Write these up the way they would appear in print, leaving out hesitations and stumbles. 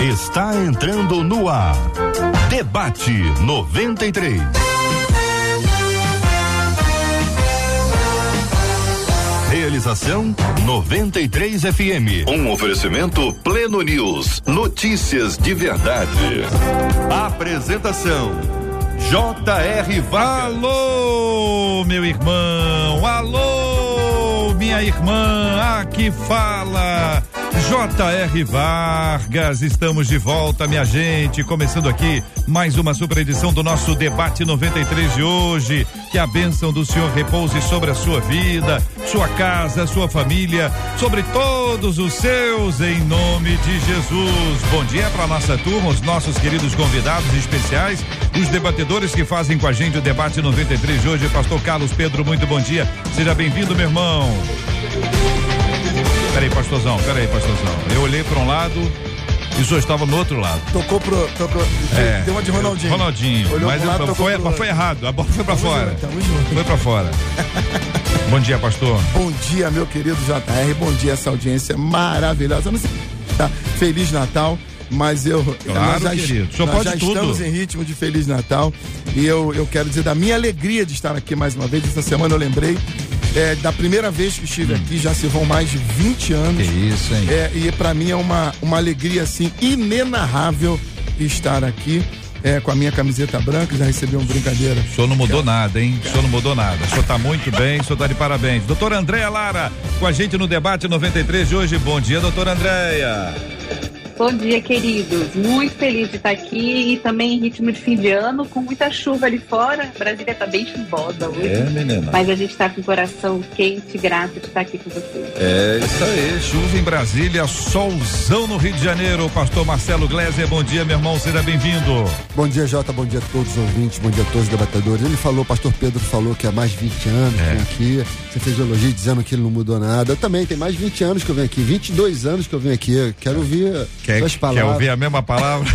Está entrando no ar. Debate 93. Realização 93 FM. Um oferecimento Pleno News. Notícias de verdade. Apresentação J.R. Vargas. Alô, meu irmão. Alô, minha irmã. Aqui fala J.R. Vargas. Estamos de volta, minha gente. Começando aqui mais uma super edição do nosso Debate 93 de hoje. Que a bênção do Senhor repouse sobre a sua vida, sua casa, sua família, sobre todos os seus, em nome de Jesus. Bom dia para nossa turma, os nossos queridos convidados especiais, os debatedores que fazem com a gente o Debate 93 de hoje. Pastor Carlos Pedro, muito bom dia. Seja bem-vindo, meu irmão. Peraí, pastorzão. Eu olhei para um lado e o senhor estava no outro lado. Deu uma de Ronaldinho. Olhou mas foi errado, a bola foi pra fora. Foi pra fora. Bom dia, pastor. Bom dia, meu querido JR, bom dia essa audiência maravilhosa. Eu não sei, tá? Feliz Natal, mas claro, querido, nós já estamos em ritmo de Feliz Natal e eu quero dizer da minha alegria de estar aqui mais uma vez. Essa semana eu lembrei da primeira vez que estive aqui, já se vão mais de 20 anos. Que isso, hein? E pra mim é uma alegria, assim, inenarrável estar aqui, com a minha camiseta branca. Já recebi uma brincadeira. O senhor não mudou nada, hein? O senhor não mudou nada. O senhor tá muito bem, o senhor tá de parabéns. Doutora Andréia Lara, com a gente no Debate 93 de hoje. Bom dia, doutora Andréia. Bom dia, queridos. Muito feliz de estar aqui e também em ritmo de fim de ano, com muita chuva ali fora. Brasília está bem chuvosa hoje. Menina. Mas a gente está com o coração quente e grato de estar aqui com vocês. Isso aí. Chuva em Brasília, solzão no Rio de Janeiro. Pastor Marcelo Gleiser, bom dia, meu irmão. Seja bem-vindo. Bom dia, Jota. Bom dia a todos os ouvintes. Bom dia a todos os debatedores. Ele falou, pastor Pedro falou que há mais de 20 anos vem aqui. Você fez elogio dizendo que ele não mudou nada. Eu também, tem mais de 20 anos que eu venho aqui. 22 anos que eu venho aqui. Quero ouvir suas palavras. Quer ouvir a mesma palavra?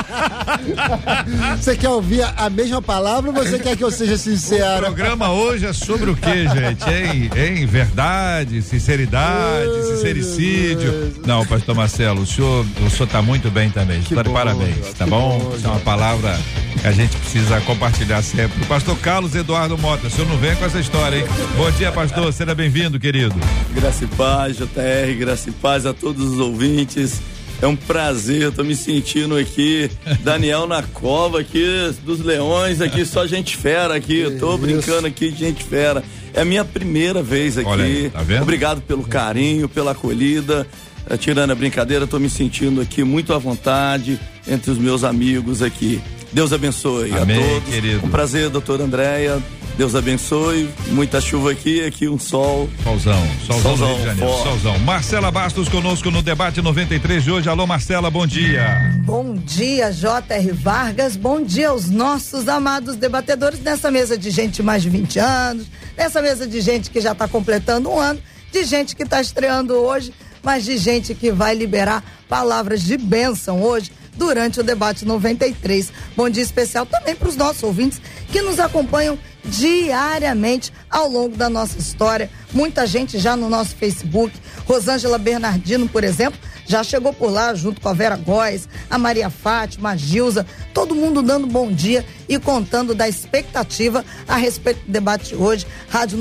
Você quer ouvir a mesma palavra ou você quer que eu seja sincero? O programa hoje é sobre o que, gente? Hein? Verdade, sinceridade, sincericídio. Não, pastor Marcelo, o senhor tá muito bem também. Está de parabéns, tá bom? Isso é uma palavra que a gente precisa compartilhar sempre. O pastor Carlos Eduardo Mota, o senhor não vem com essa história, hein? Bom dia, pastor, seja bem-vindo, querido. Graça e paz, JR, graça e paz a todos os ouvintes. É um prazer, eu tô me sentindo aqui, Daniel na cova aqui dos leões, aqui só gente fera aqui, eu tô brincando aqui de gente fera. É a minha primeira vez aqui. Olha aí, tá vendo? Obrigado pelo carinho, pela acolhida. Tirando a brincadeira, tô me sentindo aqui muito à vontade entre os meus amigos aqui. Deus abençoe. Amém, a todos. Querido. Um prazer, doutora Andréia. Deus abençoe, muita chuva aqui um sol. Solzão no Rio de Janeiro, solzão. Marcela Bastos conosco no Debate 93 de hoje. Alô, Marcela, bom dia. Bom dia, J.R. Vargas, bom dia aos nossos amados debatedores nessa mesa de gente de mais de 20 anos, nessa mesa de gente que já está completando um ano, de gente que está estreando hoje, mas de gente que vai liberar palavras de bênção hoje, durante o Debate 93. Bom dia especial também para os nossos ouvintes que nos acompanham diariamente ao longo da nossa história. Muita gente já no nosso Facebook. Rosângela Bernardino, por exemplo, já chegou por lá junto com a Vera Góes, a Maria Fátima, a Gilza, todo mundo dando bom dia e contando da expectativa a respeito do debate de hoje. Rádio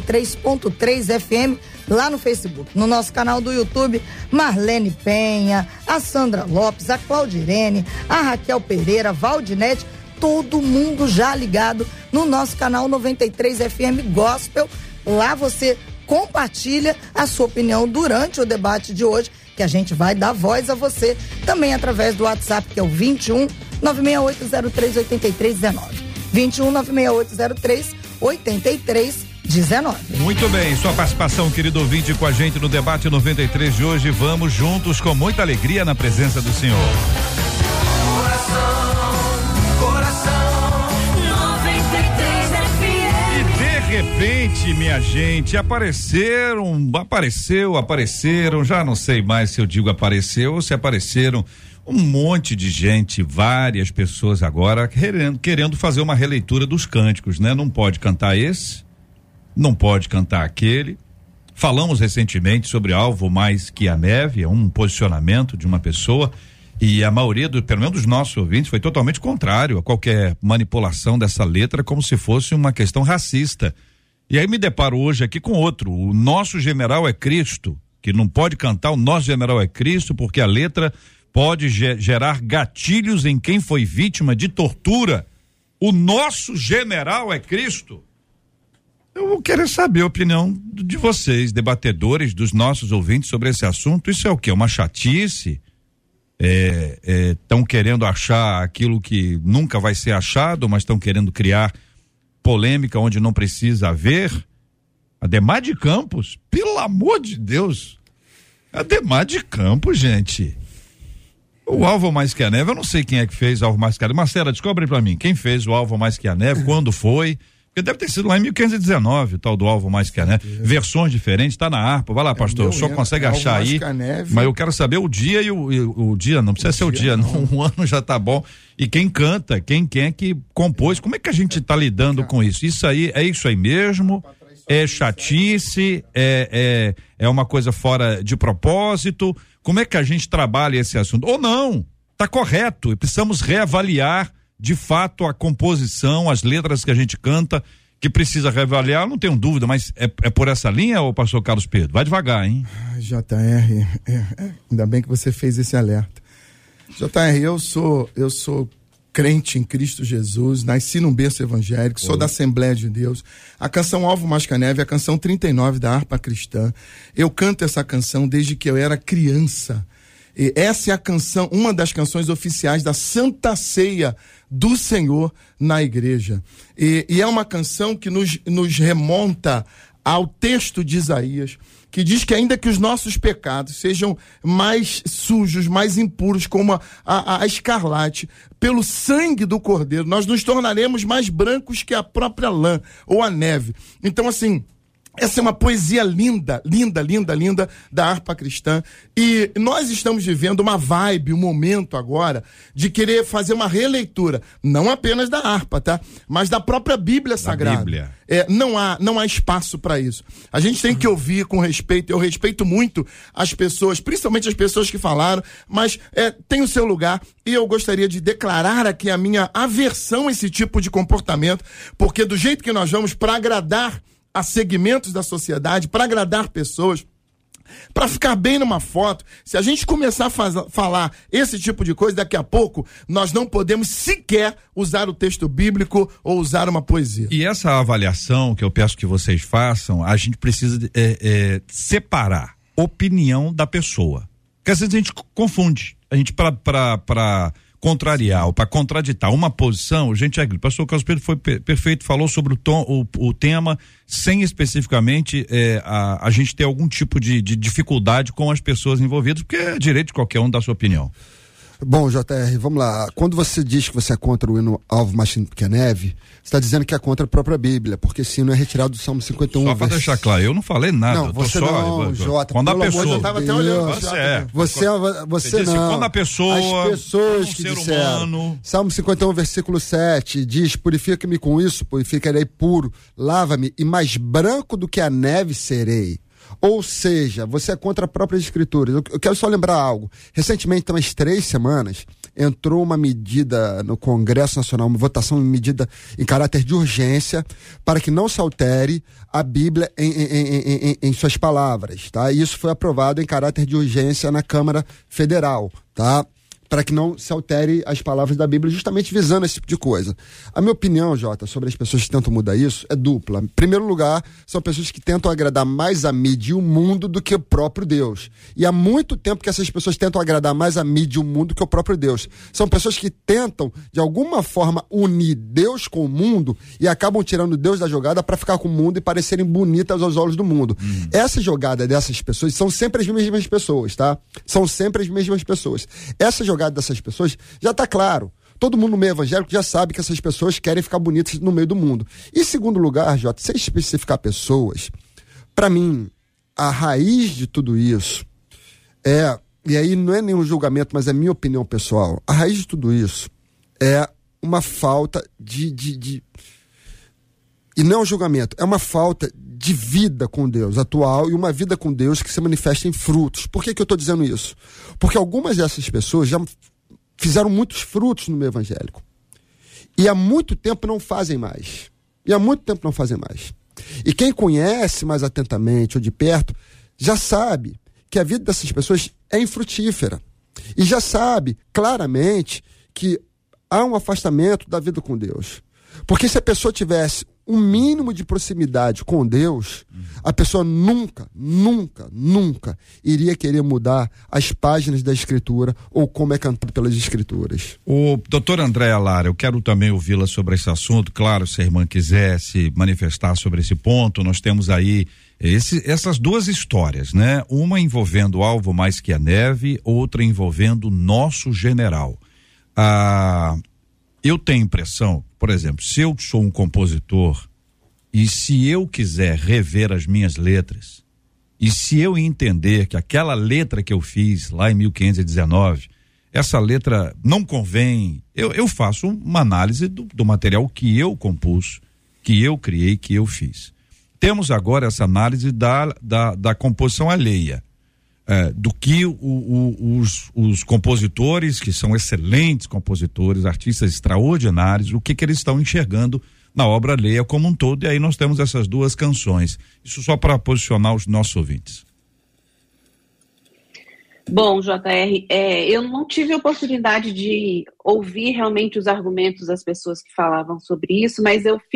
93.3 FM lá no Facebook, no nosso canal do YouTube, Marlene Penha, a Sandra Lopes, a Claudirene, a Raquel Pereira, a Valdinete, todo mundo já ligado no nosso canal 93 FM Gospel. Lá você compartilha a sua opinião durante o debate de hoje, que a gente vai dar voz a você também através do WhatsApp, que é o 21 96803 8319. 21 96803 8319. Muito bem, sua participação, querido ouvinte, com a gente no Debate 93 de hoje. Vamos juntos com muita alegria na presença do Senhor. Coração 93 FM. E de repente, minha gente, apareceram, já não sei mais se eu digo apareceu ou se apareceram um monte de gente, várias pessoas agora querendo fazer uma releitura dos cânticos, né? Não pode cantar esse, não pode cantar aquele. Falamos recentemente sobre alvo mais que a neve, é um posicionamento de uma pessoa E a maioria, pelo menos dos nossos ouvintes, foi totalmente contrário a qualquer manipulação dessa letra, como se fosse uma questão racista. E aí me deparo hoje aqui com outro, o nosso general é Cristo, que não pode cantar o nosso general é Cristo, porque a letra pode gerar gatilhos em quem foi vítima de tortura. O nosso general é Cristo. Eu vou querer saber a opinião de vocês, debatedores, dos nossos ouvintes sobre esse assunto. Isso é o quê? Uma chatice? Estão querendo achar aquilo que nunca vai ser achado, mas estão querendo criar polêmica onde não precisa haver? Ademar de Campos, pelo amor de Deus, Ademar de Campos, gente. O Alvo Mais Que a Neve, eu não sei quem é que fez o Alvo Mais Que a Neve. Marcela, descobre pra mim, quem fez o Alvo Mais Que a Neve, quando foi? Porque deve ter sido lá em 1519, o tal do Alvo Mais Que a Neve. Versões diferentes, tá na harpa. Vai lá, pastor, o senhor consegue achar aí. Mas eu quero saber o dia e o dia, não precisa ser o dia, não. Um ano já tá bom. E quem canta, quem é que compôs, como é que a gente tá lidando com isso? Isso aí, é isso aí mesmo? É chatice? É uma coisa fora de propósito? Como é que a gente trabalha esse assunto? Ou não, tá correto, e precisamos reavaliar de fato a composição, as letras que a gente canta, que precisa reavaliar, não tenho dúvida, mas é por essa linha, ô pastor Carlos Pedro? Vai devagar, hein? JR, ainda bem que você fez esse alerta. JR, eu sou crente em Cristo Jesus, nasci num berço evangélico, sou da Assembleia de Deus. A canção Alvo Mais Que a Neve é a canção 39 da harpa cristã. Eu canto essa canção desde que eu era criança. E essa é a canção, uma das canções oficiais da Santa Ceia do Senhor na igreja. E é uma canção que nos remonta ao texto de Isaías, que diz que ainda que os nossos pecados sejam mais sujos, mais impuros, como a escarlate, pelo sangue do Cordeiro, nós nos tornaremos mais brancos que a própria lã ou a neve. Então, assim, essa é uma poesia linda, linda, linda, linda da harpa cristã. E nós estamos vivendo uma vibe, um momento agora de querer fazer uma releitura, não apenas da harpa, tá? Mas da própria Bíblia Sagrada. Bíblia. Não há espaço para isso. A gente tem que ouvir com respeito. Eu respeito muito as pessoas, principalmente as pessoas que falaram, mas tem o seu lugar, e eu gostaria de declarar aqui a minha aversão a esse tipo de comportamento, porque do jeito que nós vamos para agradar a segmentos da sociedade, para agradar pessoas, para ficar bem numa foto, se a gente começar a falar esse tipo de coisa, daqui a pouco nós não podemos sequer usar o texto bíblico ou usar uma poesia. E essa avaliação que eu peço que vocês façam, a gente precisa separar opinião da pessoa, porque às vezes a gente confunde, a gente para contrariar ou para contraditar uma posição, a gente o pastor Carlos Pedro foi perfeito, falou sobre o tema, sem especificamente a gente ter algum tipo de dificuldade com as pessoas envolvidas, porque é direito de qualquer um dar sua opinião. Bom, JR, vamos lá. Quando você diz que você é contra o hino Alvo Mais Que a Neve, você está dizendo que é contra a própria Bíblia, porque esse hino é retirado do Salmo 51. Só para deixar claro, eu não falei nada. Não, você não, Jota. Quando a pessoa... Eu estava até olhando. Você não. Quando a pessoa... As pessoas que disseram. Humano... Salmo 51, versículo 7, diz: purifica-me com isso, purificarei puro, lava-me, e mais branco do que a neve serei. Ou seja, você é contra a própria escritura. Eu quero só lembrar algo. Recentemente, umas 3 semanas, entrou uma medida no Congresso Nacional, uma votação, uma medida em caráter de urgência, para que não se altere a Bíblia em suas palavras, tá? E isso foi aprovado em caráter de urgência na Câmara Federal, tá? Para que não se altere as palavras da Bíblia, justamente visando esse tipo de coisa. A minha opinião, Jota, sobre as pessoas que tentam mudar isso é dupla. Em primeiro lugar, são pessoas que tentam agradar mais a mídia e o mundo do que o próprio Deus. E há muito tempo que essas pessoas tentam agradar mais a mídia e o mundo do que o próprio Deus. São pessoas que tentam, de alguma forma, unir Deus com o mundo e acabam tirando Deus da jogada para ficar com o mundo e parecerem bonitas aos olhos do mundo. Essa jogada dessas pessoas são sempre as mesmas pessoas, tá? São sempre as mesmas pessoas. Essa jogada dessas pessoas já está claro. Todo mundo no meio evangélico já sabe que essas pessoas querem ficar bonitas no meio do mundo. E segundo lugar, Jota, sem especificar pessoas, para mim, a raiz de tudo isso e aí não é nenhum julgamento, mas é minha opinião pessoal, a raiz de tudo isso é uma falta de E não é um julgamento, é uma falta de vida com Deus atual e uma vida com Deus que se manifesta em frutos. Por que eu estou dizendo isso? Porque algumas dessas pessoas já fizeram muitos frutos no meio evangélico. E há muito tempo não fazem mais. E quem conhece mais atentamente ou de perto, já sabe que a vida dessas pessoas é infrutífera. E já sabe claramente que há um afastamento da vida com Deus. Porque se a pessoa tivesse um mínimo de proximidade com Deus, a pessoa nunca iria querer mudar as páginas da Escritura ou como é cantado pelas Escrituras. O doutor Andréa Lara, eu quero também ouvi-la sobre esse assunto. Claro, se a irmã quiser se manifestar sobre esse ponto, nós temos aí essas duas histórias, né? Uma envolvendo o alvo mais que a neve, outra envolvendo o nosso general. Eu tenho impressão, por exemplo, se eu sou um compositor e se eu quiser rever as minhas letras e se eu entender que aquela letra que eu fiz lá em 1519, essa letra não convém, eu faço uma análise do material que eu compus, que eu criei, que eu fiz. Temos agora essa análise da composição alheia. Do que os compositores, que são excelentes compositores, artistas extraordinários, o que eles estão enxergando na obra alheia como um todo, e aí nós temos essas duas canções. Isso só para posicionar os nossos ouvintes. Bom, JR, eu não tive a oportunidade de ouvir realmente os argumentos das pessoas que falavam sobre isso, mas eu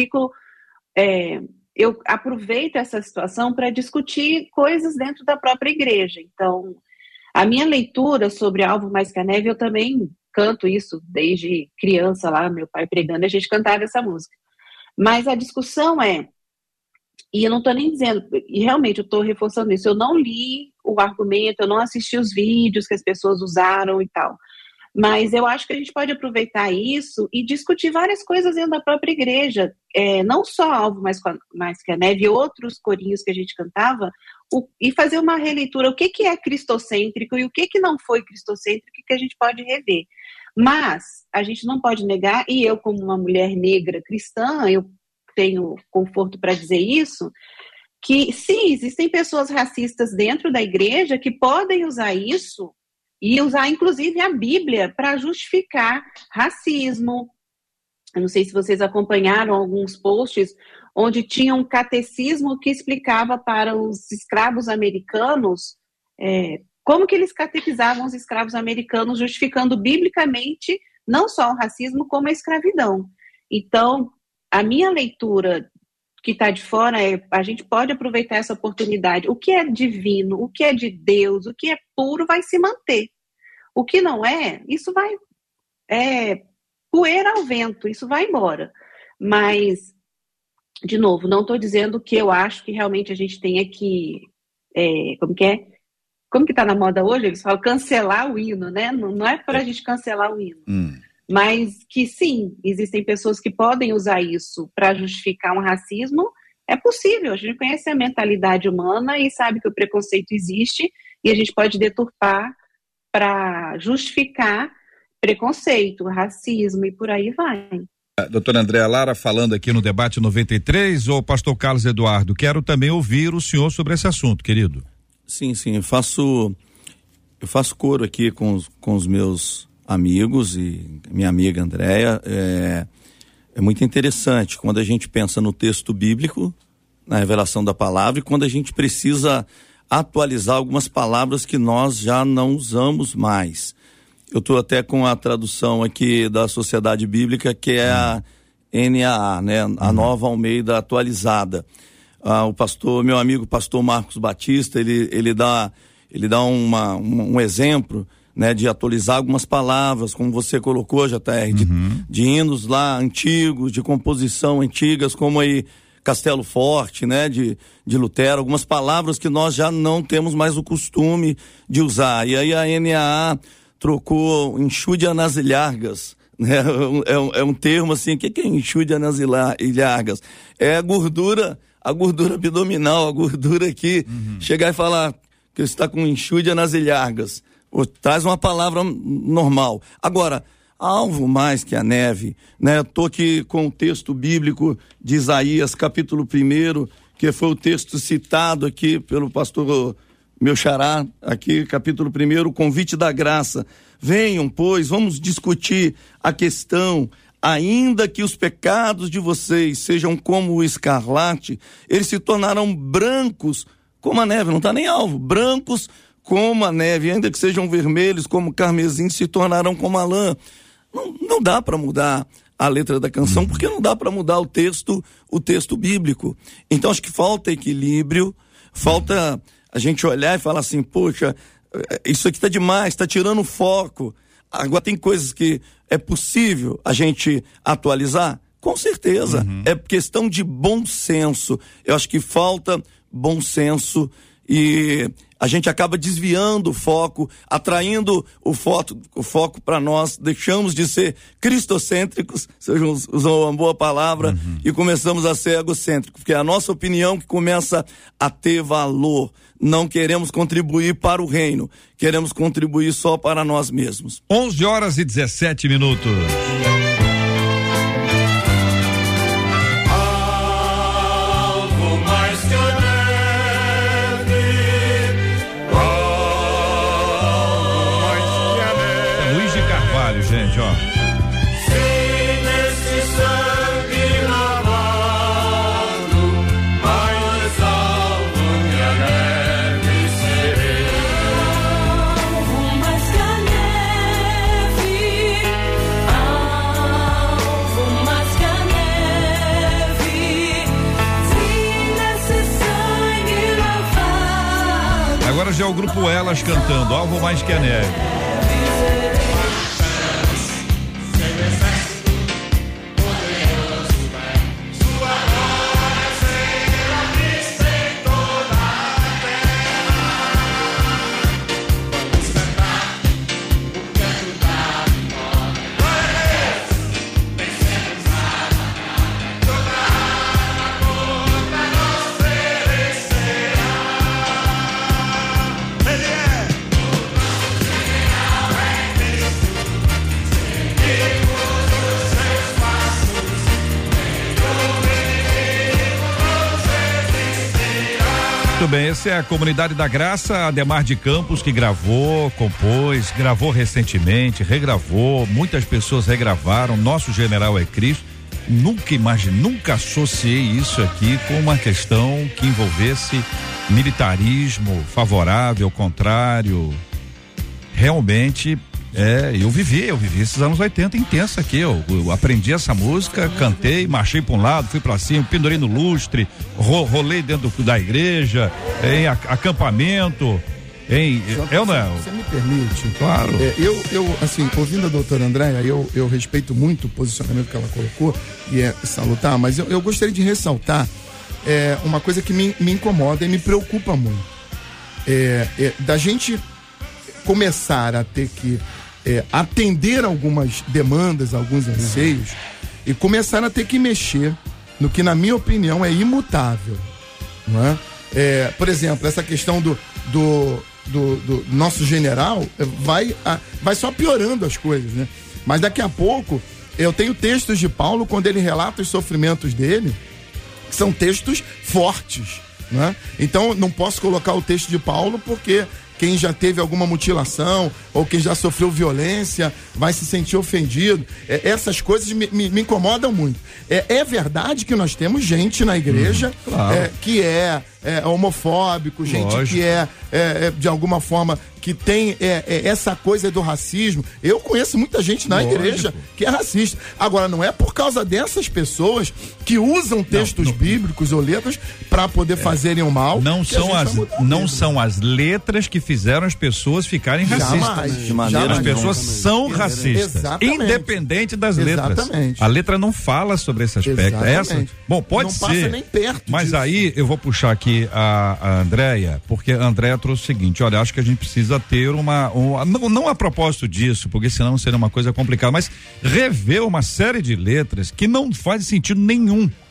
aproveito essa situação para discutir coisas dentro da própria igreja. Então, a minha leitura sobre Alvo Mais que a Neve, eu também canto isso desde criança lá, meu pai pregando, a gente cantava essa música. Mas a discussão e eu não estou nem dizendo, e realmente eu estou reforçando isso, eu não li o argumento, eu não assisti os vídeos que as pessoas usaram e tal. Mas eu acho que a gente pode aproveitar isso e discutir várias coisas dentro da própria igreja, não só Alvo Mais que a Neve, outros corinhos que a gente cantava, e fazer uma releitura, o que é cristocêntrico e o que não foi cristocêntrico que a gente pode rever. Mas a gente não pode negar, e eu como uma mulher negra cristã, eu tenho conforto para dizer isso, que sim, existem pessoas racistas dentro da igreja que podem usar isso e usar, inclusive, a Bíblia para justificar racismo. Eu não sei se vocês acompanharam alguns posts onde tinha um catecismo que explicava para os escravos americanos como que eles catequizavam os escravos americanos, justificando biblicamente não só o racismo, como a escravidão. Então, a minha leitura que está de fora a gente pode aproveitar essa oportunidade. O que é divino, o que é de Deus, o que é puro vai se manter. O que não isso vai poeira ao vento, isso vai embora. Mas, de novo, não estou dizendo que eu acho que realmente a gente tenha que, como que está na moda hoje? Eles falam cancelar o hino, né? Não é para a gente cancelar o hino. Mas que sim, existem pessoas que podem usar isso para justificar um racismo. É possível, a gente conhece a mentalidade humana e sabe que o preconceito existe e a gente pode deturpar para justificar preconceito, racismo e por aí vai. Doutora Andréa Lara falando aqui no Debate 93, ou pastor Carlos Eduardo, quero também ouvir o senhor sobre esse assunto, querido. Sim, eu faço coro aqui com os meus amigos e minha amiga Andréa. É muito interessante quando a gente pensa no texto bíblico, na revelação da palavra, e quando a gente precisa atualizar algumas palavras que nós já não usamos mais. Eu estou até com a tradução aqui da Sociedade Bíblica, que é a NAA, né? A Nova Almeida Atualizada. Meu amigo pastor Marcos Batista, ele dá um exemplo, né, de atualizar algumas palavras, como você colocou, JR, de hinos lá antigos, de composição antigas, como aí Castelo Forte, né, de Lutero, algumas palavras que nós já não temos mais o costume de usar. E aí a NAA trocou enxúndia nas ilhargas, né? É um termo assim, o que é enxúndia nas ilhargas? É a gordura abdominal, a gordura que chegar e falar que você está com enxúndia nas ilhargas. Traz uma palavra normal. Agora, alvo mais que a neve, né? Estou aqui com o texto bíblico de Isaías, capítulo 1, que foi o texto citado aqui pelo pastor meu xará, aqui, capítulo 1, o convite da graça. Venham, pois, vamos discutir a questão. Ainda que os pecados de vocês sejam como o escarlate, eles se tornarão brancos como a neve, não está nem alvo, brancos como a neve, ainda que sejam vermelhos como o carmesim, se tornarão como a lã. Não dá para mudar a letra da canção, porque não dá para mudar o texto bíblico. Então acho que falta equilíbrio, falta a gente olhar e falar assim, poxa, isso aqui está demais, está tirando o foco. Agora tem coisas que é possível a gente atualizar? Com certeza. É questão de bom senso. Eu acho que falta bom senso e a gente acaba desviando o foco, atraindo o foco para nós, deixamos de ser cristocêntricos, se eu usar uma boa palavra, e começamos a ser egocêntricos, porque é a nossa opinião que começa a ter valor. Não queremos contribuir para o reino, queremos contribuir só para nós mesmos. 11h17. Gente, ó. Sem nesse sangue lavado, mais alvo que a neve serei. Alvo mais que a neve, alvo mais que a neve. Se nesse sangue lavado. Agora já é o grupo Elas cantando, alvo mais que a neve. Muito bem, essa é a Comunidade da Graça, Ademar de Campos, que gravou, compôs, gravou recentemente, regravou, muitas pessoas regravaram, Nosso General é Cristo. Nunca associei isso aqui com uma questão que envolvesse militarismo favorável, contrário. Realmente, eu vivi esses anos 80 intensa aqui, eu aprendi essa música, cantei, marchei para um lado, fui para cima, pendurei no lustre, rolei dentro da igreja, em acampamento, Você me permite? Claro. Eu assim, ouvindo a doutora Andréia, eu respeito muito o posicionamento que ela colocou e é salutar, mas eu gostaria de ressaltar uma coisa que me incomoda e me preocupa muito. Da gente começar a ter que atender algumas demandas, alguns anseios, e começar a ter que mexer no que, na minha opinião, é imutável, não é? Por exemplo, essa questão do nosso general vai só piorando as coisas, né? Mas daqui a pouco eu tenho textos de Paulo quando ele relata os sofrimentos dele, que são textos fortes, né? Então não posso colocar o texto de Paulo porque quem já teve alguma mutilação ou quem já sofreu violência vai se sentir ofendido. Essas coisas me incomodam muito. É verdade que nós temos gente na igreja claro. Que é homofóbico, gente Lógico. que de alguma forma que tem essa coisa do racismo. Eu conheço muita gente na Lógico. igreja que é racista. Agora, não é por causa dessas pessoas que usam textos bíblicos ou letras para poder fazerem o mal. Não são as letras que fizeram as pessoas ficarem racistas. As pessoas são racistas, Exatamente. independente das letras. Exatamente. A letra não fala sobre esse aspecto. Exatamente. Bom, pode não ser. Passa nem perto mas disso. aí eu vou puxar aqui a Andréia, porque a Andréia trouxe o seguinte: olha, acho que a gente precisa ter não a propósito disso, porque senão seria uma coisa complicada, mas rever uma série de letras que não faz sentido nenhum.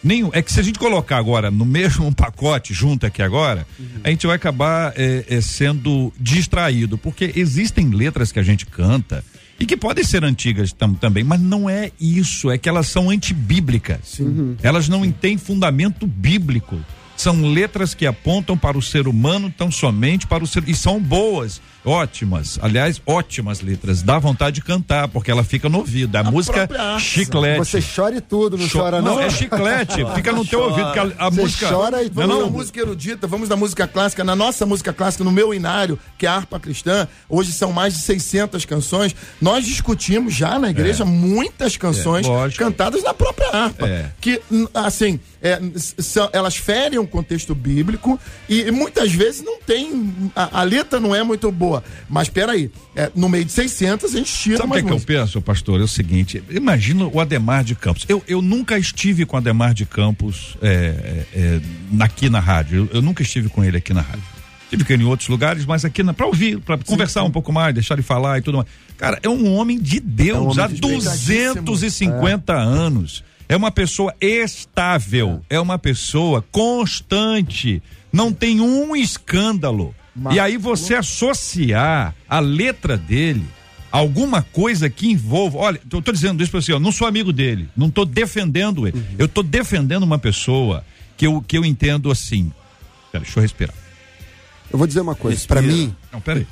Nenhum. É que se a gente colocar agora no mesmo pacote, junto aqui agora, a gente vai acabar sendo distraído, porque existem letras que a gente canta e que podem ser antigas também, mas não é isso, é que elas são antibíblicas. Elas não têm fundamento bíblico. São letras que apontam para o ser humano, tão somente para o ser, e são boas, ótimas, aliás, ótimas letras, dá vontade de cantar, porque ela fica no ouvido, a música chiclete. Você chora e tudo, não chora não? Não, é chiclete, fica no teu ouvido, porque a música... chora e Vamos da música erudita, vamos da música clássica. Na nossa música clássica, no meu inário, que é a harpa cristã, hoje são mais de 600 canções. Nós discutimos já na igreja muitas canções cantadas na própria harpa. Que, assim, elas ferem um contexto bíblico e muitas vezes não tem, a letra não é muito boa. Mas peraí, no meio de 600 a gente tira. Sabe o que eu penso, pastor? É o seguinte, imagina o Ademar de Campos. Eu nunca estive com o Ademar de Campos aqui na rádio. Eu nunca estive com ele aqui na rádio. Estive com ele em outros lugares, mas aqui pra ouvir, pra conversar um pouco mais, deixar ele falar e tudo mais. Cara, é um homem de Deus há 250 anos. É uma pessoa estável, é uma pessoa constante, não tem um escândalo. E aí você associar a letra dele a alguma coisa que envolva, olha, eu tô dizendo isso pra você, não sou amigo dele, não tô defendendo ele, eu tô defendendo uma pessoa que eu entendo assim. Pera, deixa eu respirar. Eu vou dizer uma coisa, pra mim... Não, peraí.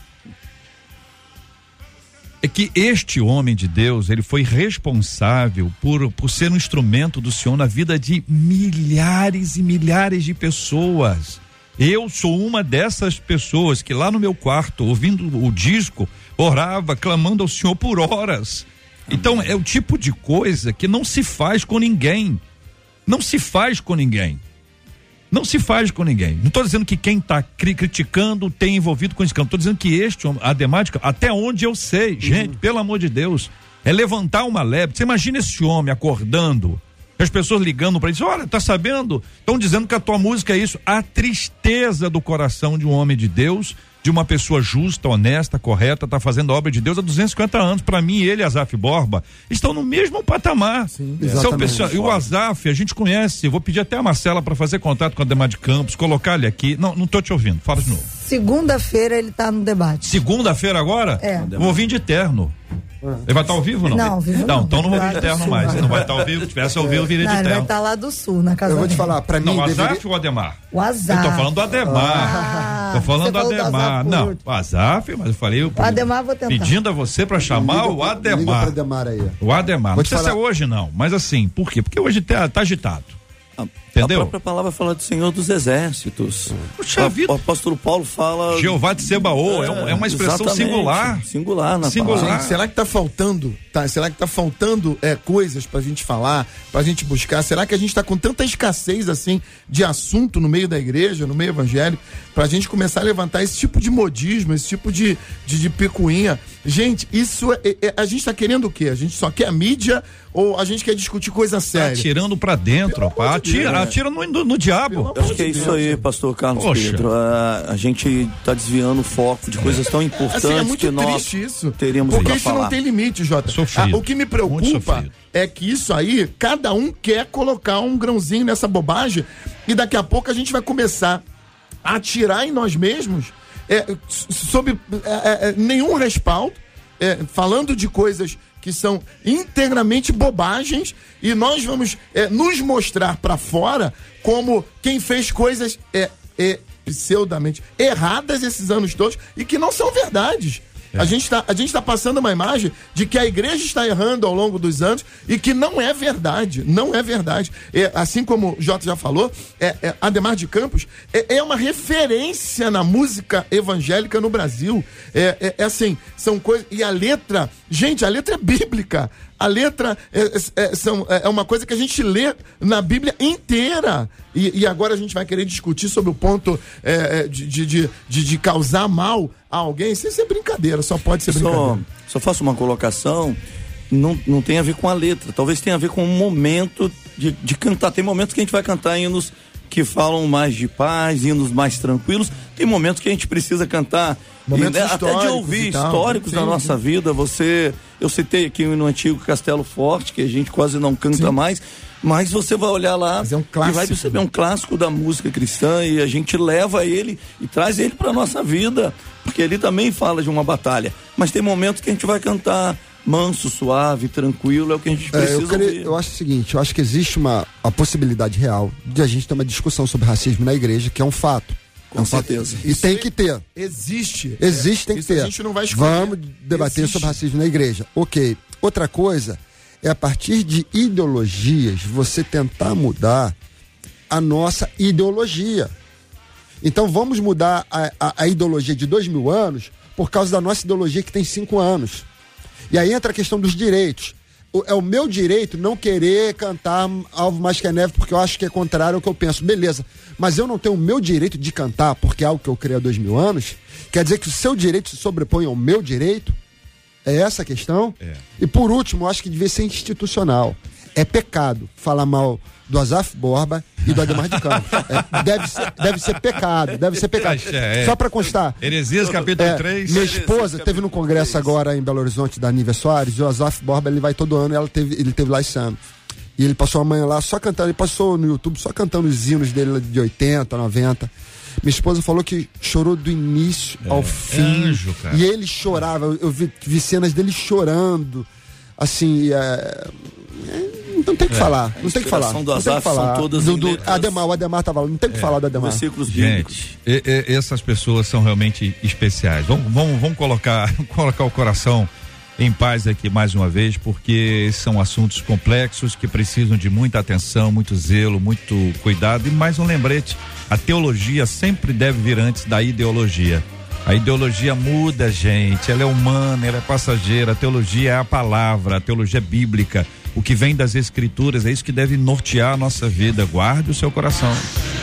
É que este homem de Deus, ele foi responsável por ser um instrumento do Senhor na vida de milhares e milhares de pessoas. Eu sou uma dessas pessoas que lá no meu quarto, ouvindo o disco, orava, clamando ao Senhor por horas. Então é o tipo de coisa que não se faz com ninguém. Não se faz com ninguém. Não se faz com ninguém. Não estou dizendo que quem está criticando tem envolvido com esse campo. Estou dizendo que este, Ademar de Campos, até onde eu sei, gente, pelo amor de Deus, é levantar uma lebre. Você imagina esse homem acordando, as pessoas ligando para ele, olha, tá sabendo? Estão dizendo que a tua música é isso. A tristeza do coração de um homem de Deus, de uma pessoa justa, honesta, correta, tá fazendo a obra de Deus há 250 anos. Para mim, ele e Azaf Borba estão no mesmo patamar. Sim, e o Azaf, a gente conhece. Eu vou pedir até a Marcela para fazer contato com o Ademar de Campos, colocar ele aqui. Não tô te ouvindo, fala de novo. Segunda-feira ele tá no debate. Segunda-feira agora? Vou vir de terno. Ele vai estar ao vivo ou não? Não, ao vivo não. Então não vou vir de terno mais. Ele não vai estar ao vivo. Se tivesse ao vivo, eu viria de terno. Ele vai estar lá do sul, na casa Eu vou te falar, pra mim... Não, o Azaf ou o Ademar? O Azaf. Eu tô falando do Ademar. Tô falando do Ademar. Não, o Azaf, mas eu falei... O Ademar vou tentar. Pedindo a você pra chamar o Ademar. Liga pro Ademar aí. O Ademar. Não sei se é hoje não, mas assim, por quê? Porque hoje tá agitado. Entendeu? A própria palavra fala do Senhor dos Exércitos. Puxa vida. O apóstolo Paulo fala... Jeová de Sebaô, é uma expressão singular. Singular na palavra. Gente, será que tá faltando, será que tá faltando coisas pra gente falar, pra gente buscar? Será que a gente tá com tanta escassez assim de assunto no meio da igreja, no meio evangélico, pra gente começar a levantar esse tipo de modismo, esse tipo de picuinha? Gente, isso a gente tá querendo o quê? A gente só quer a mídia ou a gente quer discutir coisa séria? Tá atirando pra dentro, rapaz. Atira no diabo. Acho que é isso aí, pastor Carlos Pedro. A gente tá desviando o foco de coisas tão importantes assim, é muito que nós triste isso, teríamos porque pra isso falar. não tem limite, Jota. O que me preocupa é que isso aí, cada um quer colocar um grãozinho nessa bobagem e daqui a pouco a gente vai começar a atirar em nós mesmos sob nenhum respaldo, falando de coisas que são integramente bobagens e nós vamos nos mostrar para fora como quem fez coisas pseudamente erradas esses anos todos e que não são verdades. A gente tá passando uma imagem de que a igreja está errando ao longo dos anos e que não é verdade, não é verdade. Assim como o Jota já falou, Ademar de Campos é uma referência na música evangélica no Brasil. Assim, são coisas... E a letra, gente, a letra é bíblica. A letra é uma coisa que a gente lê na Bíblia inteira. E agora a gente vai querer discutir sobre o ponto de causar mal a alguém. Isso é brincadeira, só pode ser brincadeira. Só faço uma colocação, não tem a ver com a letra, talvez tenha a ver com o momento de cantar. Tem momentos que a gente vai cantar hinos que falam mais de paz, hinos mais tranquilos. Tem momentos que a gente precisa cantar, Momentos até de ouvir e tal, históricos sim, da nossa vida. Eu citei aqui no antigo Castelo Forte, que a gente quase não canta mais, mas você vai olhar lá Mas é um e clássico, vai perceber um clássico da música cristã, e a gente leva ele e traz ele para nossa vida, porque ele também fala de uma batalha. Mas tem momentos que a gente vai cantar manso, suave, tranquilo, é o que a gente precisa ouvir. Eu acho o seguinte, eu acho que existe a possibilidade real de a gente ter uma discussão sobre racismo na igreja, que é um fato. Com certeza. E tem que ter. Existe, tem que isso ter. a gente não vai escolher. Vamos debater sobre racismo na igreja. Ok. Outra coisa é, a partir de ideologias, você tentar mudar a nossa ideologia. Então vamos mudar a ideologia de 2000 anos por causa da nossa ideologia que tem 5 anos. E aí entra a questão dos direitos. É o meu direito não querer cantar Alvo Mais Que a Neve porque eu acho que é contrário ao que eu penso. Beleza, mas eu não tenho o meu direito de cantar porque é algo que eu criei há 2000 anos? Quer dizer que o seu direito se sobrepõe ao meu direito? É essa a questão? E por último, eu acho que devia ser institucional. É pecado falar mal do Azaf Borba e do Ademar de Campos. Deve ser pecado. Só pra constar. Heresias, capítulo 3. Minha esposa teve no congresso agora em Belo Horizonte da Nívia Soares, e o Azaf Borba, ele vai todo ano, ele teve lá esse ano. E ele passou a manhã lá só cantando, ele passou no YouTube só cantando os hinos dele de 80, 90. Minha esposa falou que chorou do início ao fim. Anjo, cara. E ele chorava, eu vi cenas dele chorando. Assim, não tem o que falar. Não tem o que falar. Do Azaf são todas Ademar, o Ademar tava lá. Não tem o que falar do Ademar. Versículos bíblicos. Gente, essas pessoas são realmente especiais. Vamos colocar o coração em paz aqui mais uma vez, porque são assuntos complexos que precisam de muita atenção, muito zelo, muito cuidado. E mais um lembrete: a teologia sempre deve vir antes da ideologia. A ideologia muda, gente, ela é humana, ela é passageira. A teologia é a palavra, a teologia é bíblica. O que vem das escrituras é isso que deve nortear a nossa vida. Guarde o seu coração.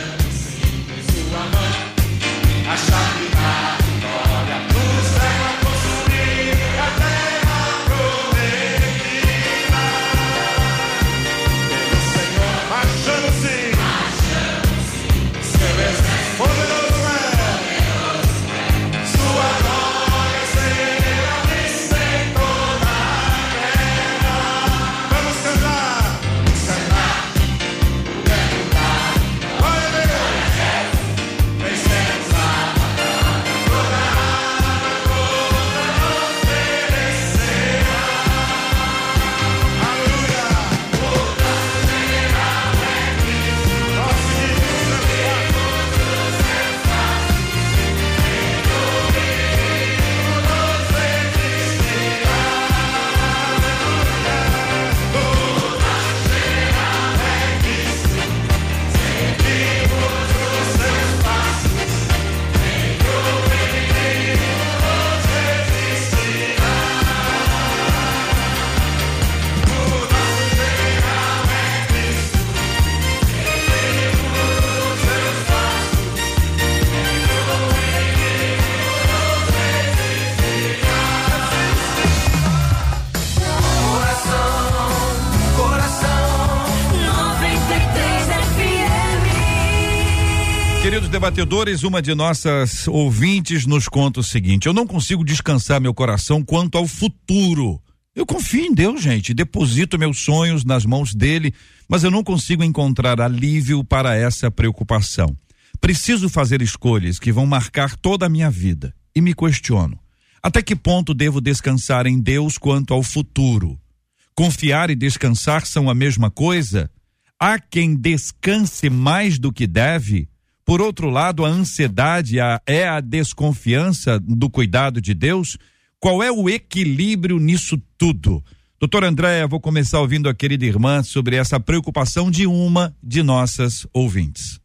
Queridos debatedores, uma de nossas ouvintes nos conta o seguinte: eu não consigo descansar meu coração quanto ao futuro. Eu confio em Deus, gente, deposito meus sonhos nas mãos dele, mas eu não consigo encontrar alívio para essa preocupação. Preciso fazer escolhas que vão marcar toda a minha vida e me questiono: até que ponto devo descansar em Deus quanto ao futuro? Confiar e descansar são a mesma coisa? Há quem descanse mais do que deve? Por outro lado, a ansiedade é a desconfiança do cuidado de Deus? Qual é o equilíbrio nisso tudo? Doutora Andréia, vou começar ouvindo a querida irmã sobre essa preocupação de uma de nossas ouvintes.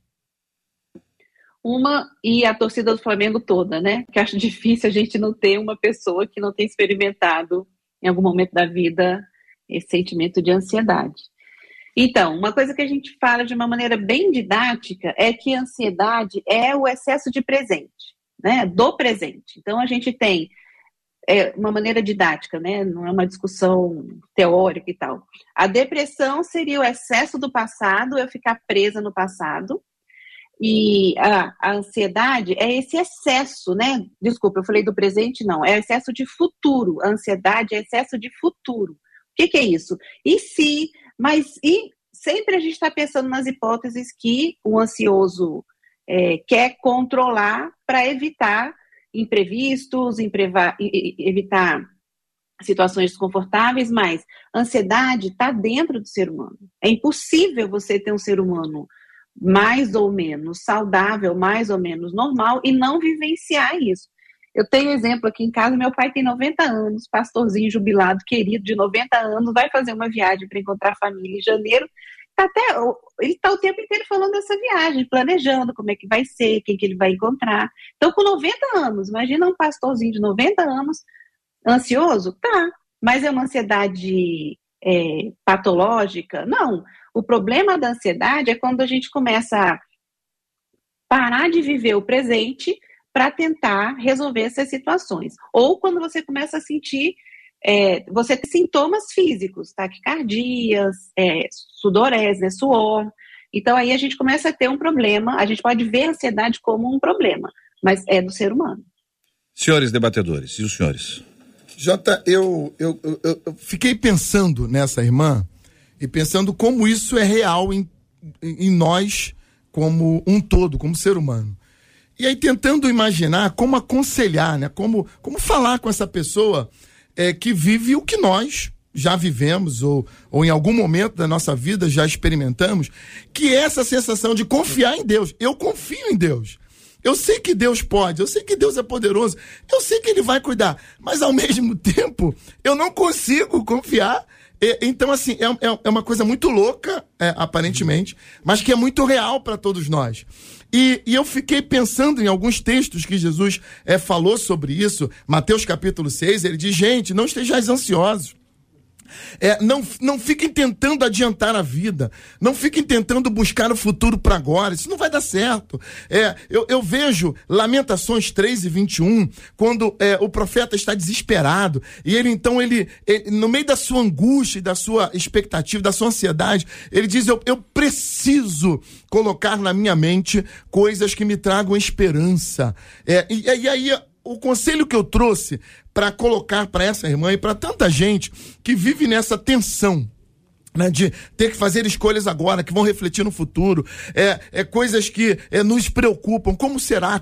Uma e a torcida do Flamengo toda, né? Que acho difícil a gente não ter uma pessoa que não tenha experimentado em algum momento da vida esse sentimento de ansiedade. Então, uma coisa que a gente fala de uma maneira bem didática é que a ansiedade é o excesso de presente, né? Do presente. Então, a gente tem uma maneira didática, né? Não é uma discussão teórica e tal. A depressão seria o excesso do passado, eu ficar presa no passado. E a ansiedade é esse excesso, né? Desculpa, eu falei do presente, não. É excesso de futuro. A ansiedade é excesso de futuro. O que é isso? E sempre a gente está pensando nas hipóteses que o ansioso quer controlar para evitar imprevistos, evitar situações desconfortáveis, mas ansiedade está dentro do ser humano. É impossível você ter um ser humano mais ou menos saudável, mais ou menos normal e não vivenciar isso. Eu tenho exemplo aqui em casa, meu pai tem 90 anos, pastorzinho jubilado, querido, de 90 anos, vai fazer uma viagem para encontrar a família em janeiro, ele está o tempo inteiro falando dessa viagem, planejando como é que vai ser, quem que ele vai encontrar. Então, com 90 anos, imagina um pastorzinho de 90 anos, ansioso? Tá, mas é uma ansiedade patológica? Não. O problema da ansiedade é quando a gente começa a parar de viver o presente para tentar resolver essas situações. Ou quando você começa a sentir, você tem sintomas físicos, taquicardias, sudorese, né, suor. Então aí a gente começa a ter um problema, a gente pode ver a ansiedade como um problema, mas é do ser humano. Senhores debatedores, e os senhores? Jota, eu fiquei pensando nessa irmã e pensando como isso é real em nós como um todo, como ser humano. E aí tentando imaginar como aconselhar, né? Como falar com essa pessoa que vive o que nós já vivemos ou em algum momento da nossa vida já experimentamos, que é essa sensação de confiar em Deus. Eu confio em Deus. Eu sei que Deus pode, eu sei que Deus é poderoso, eu sei que Ele vai cuidar, mas ao mesmo tempo eu não consigo confiar. Então, assim, é uma coisa muito louca, aparentemente, mas que é muito real para todos nós. E eu fiquei pensando em alguns textos que Jesus falou sobre isso. Mateus capítulo 6, ele diz, gente, não estejais ansiosos. Não fiquem tentando adiantar a vida, não fiquem tentando buscar o futuro para agora, isso não vai dar certo. Eu vejo Lamentações 3:21, quando o profeta está desesperado, e ele no meio da sua angústia, da sua expectativa, da sua ansiedade, ele diz, eu preciso colocar na minha mente coisas que me tragam esperança. E aí o conselho que eu trouxe para colocar para essa irmã e para tanta gente que vive nessa tensão, né, de ter que fazer escolhas agora, que vão refletir no futuro, coisas que nos preocupam, como será,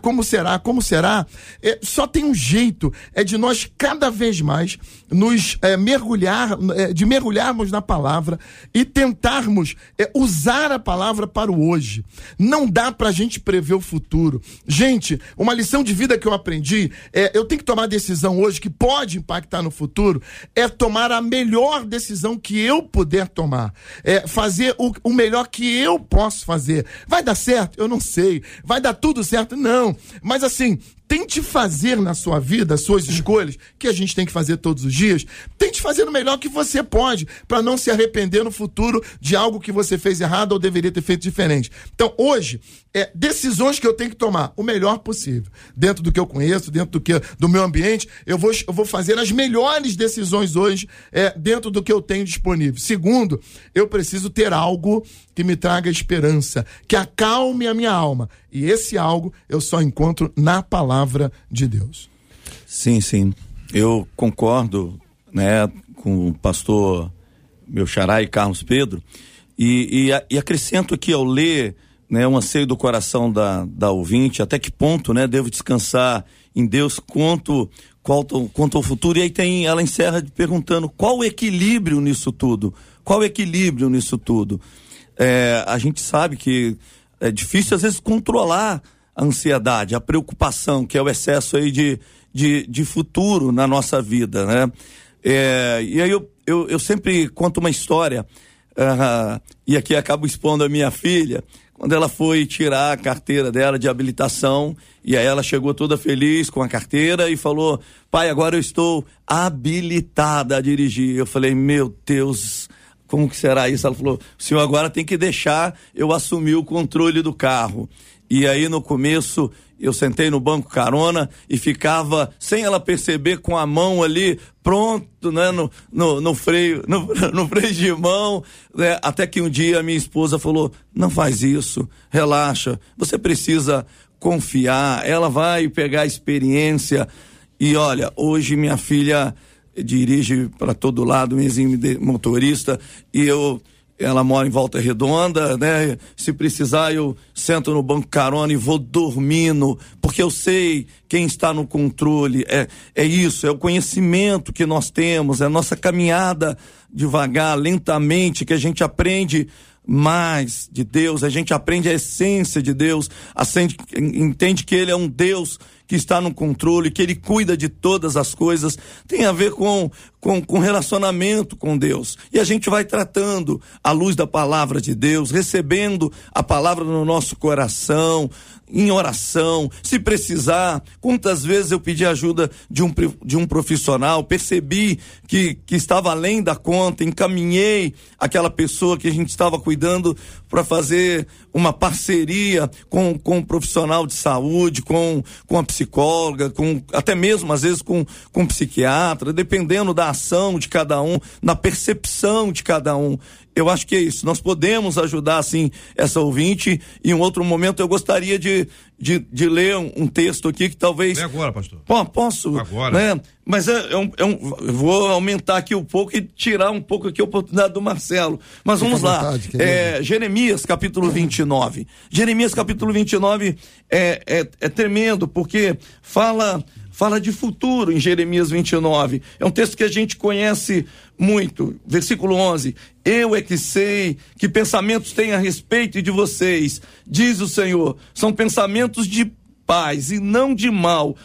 só tem um jeito, de nós cada vez mais nos mergulharmos na palavra e tentarmos usar a palavra para o hoje. Não dá pra gente prever o futuro. Gente, uma lição de vida que eu aprendi, eu tenho que tomar decisão hoje que pode impactar no futuro, tomar a melhor decisão que eu puder tomar. Fazer o melhor que eu posso fazer. Vai dar certo? Eu não sei. Vai dar tudo certo? Não. Mas assim, tente fazer na sua vida as suas escolhas, que a gente tem que fazer todos os dias. Tente fazer o melhor que você pode, para não se arrepender no futuro de algo que você fez errado ou deveria ter feito diferente. Então, hoje, decisões que eu tenho que tomar o melhor possível. Dentro do que eu conheço, dentro do meu ambiente, eu vou fazer as melhores decisões hoje, dentro do que eu tenho disponível. Segundo, eu preciso ter algo que me traga esperança, que acalme a minha alma. E esse algo eu só encontro na palavra de Deus. Sim. Eu concordo, né, com o pastor meu xará e Carlos Pedro, e acrescento aqui ao ler, né, um anseio do coração da ouvinte, até que ponto, né, devo descansar em Deus quanto ao futuro. E aí ela encerra perguntando qual o equilíbrio nisso tudo? A gente sabe que é difícil às vezes controlar a ansiedade, a preocupação, que é o excesso aí de futuro na nossa vida, né? E aí eu sempre conto uma história, e aqui acabo expondo a minha filha, quando ela foi tirar a carteira dela de habilitação, e aí ela chegou toda feliz com a carteira e falou, pai, agora eu estou habilitada a dirigir. Eu falei, meu Deus, como que será isso? Ela falou, o senhor agora tem que deixar eu assumir o controle do carro. E aí no começo eu sentei no banco carona e ficava, sem ela perceber, com a mão ali pronto, né, no freio, no freio de mão, né, até que um dia a minha esposa falou: não faz isso, relaxa, você precisa confiar, ela vai pegar a experiência. E olha, hoje minha filha dirige para todo lado, um exímio motorista, e ela mora em Volta Redonda, né? Se precisar, eu sento no banco carona e vou dormindo, porque eu sei quem está no controle. É isso, é o conhecimento que nós temos, é a nossa caminhada devagar, lentamente, que a gente aprende mais de Deus, a gente aprende a essência de Deus, entende que Ele é um Deus que está no controle, que Ele cuida de todas as coisas. Tem a ver com relacionamento com Deus, e a gente vai tratando à luz da palavra de Deus, recebendo a palavra no nosso coração, em oração, se precisar. Quantas vezes eu pedi ajuda de um profissional, percebi que estava além da conta, encaminhei aquela pessoa que a gente estava cuidando para fazer uma parceria com um profissional de saúde, com a psicóloga, até mesmo às vezes com um psiquiatra, dependendo da ação de cada um, na percepção de cada um. Eu acho que é isso, nós podemos ajudar assim essa ouvinte. Em um outro momento eu gostaria de ler um texto aqui que talvez... É agora, pastor. Posso? Agora. Né? Mas eu vou aumentar aqui um pouco e tirar um pouco aqui a oportunidade do Marcelo. Mas vamos lá. Jeremias capítulo 29. Jeremias capítulo 29 é tremendo, porque fala de futuro em Jeremias 29. É um texto que a gente conhece muito. Versículo 11. Eu é que sei que pensamentos tenho a respeito de vocês, diz o Senhor. São pensamentos de paz e não de mal,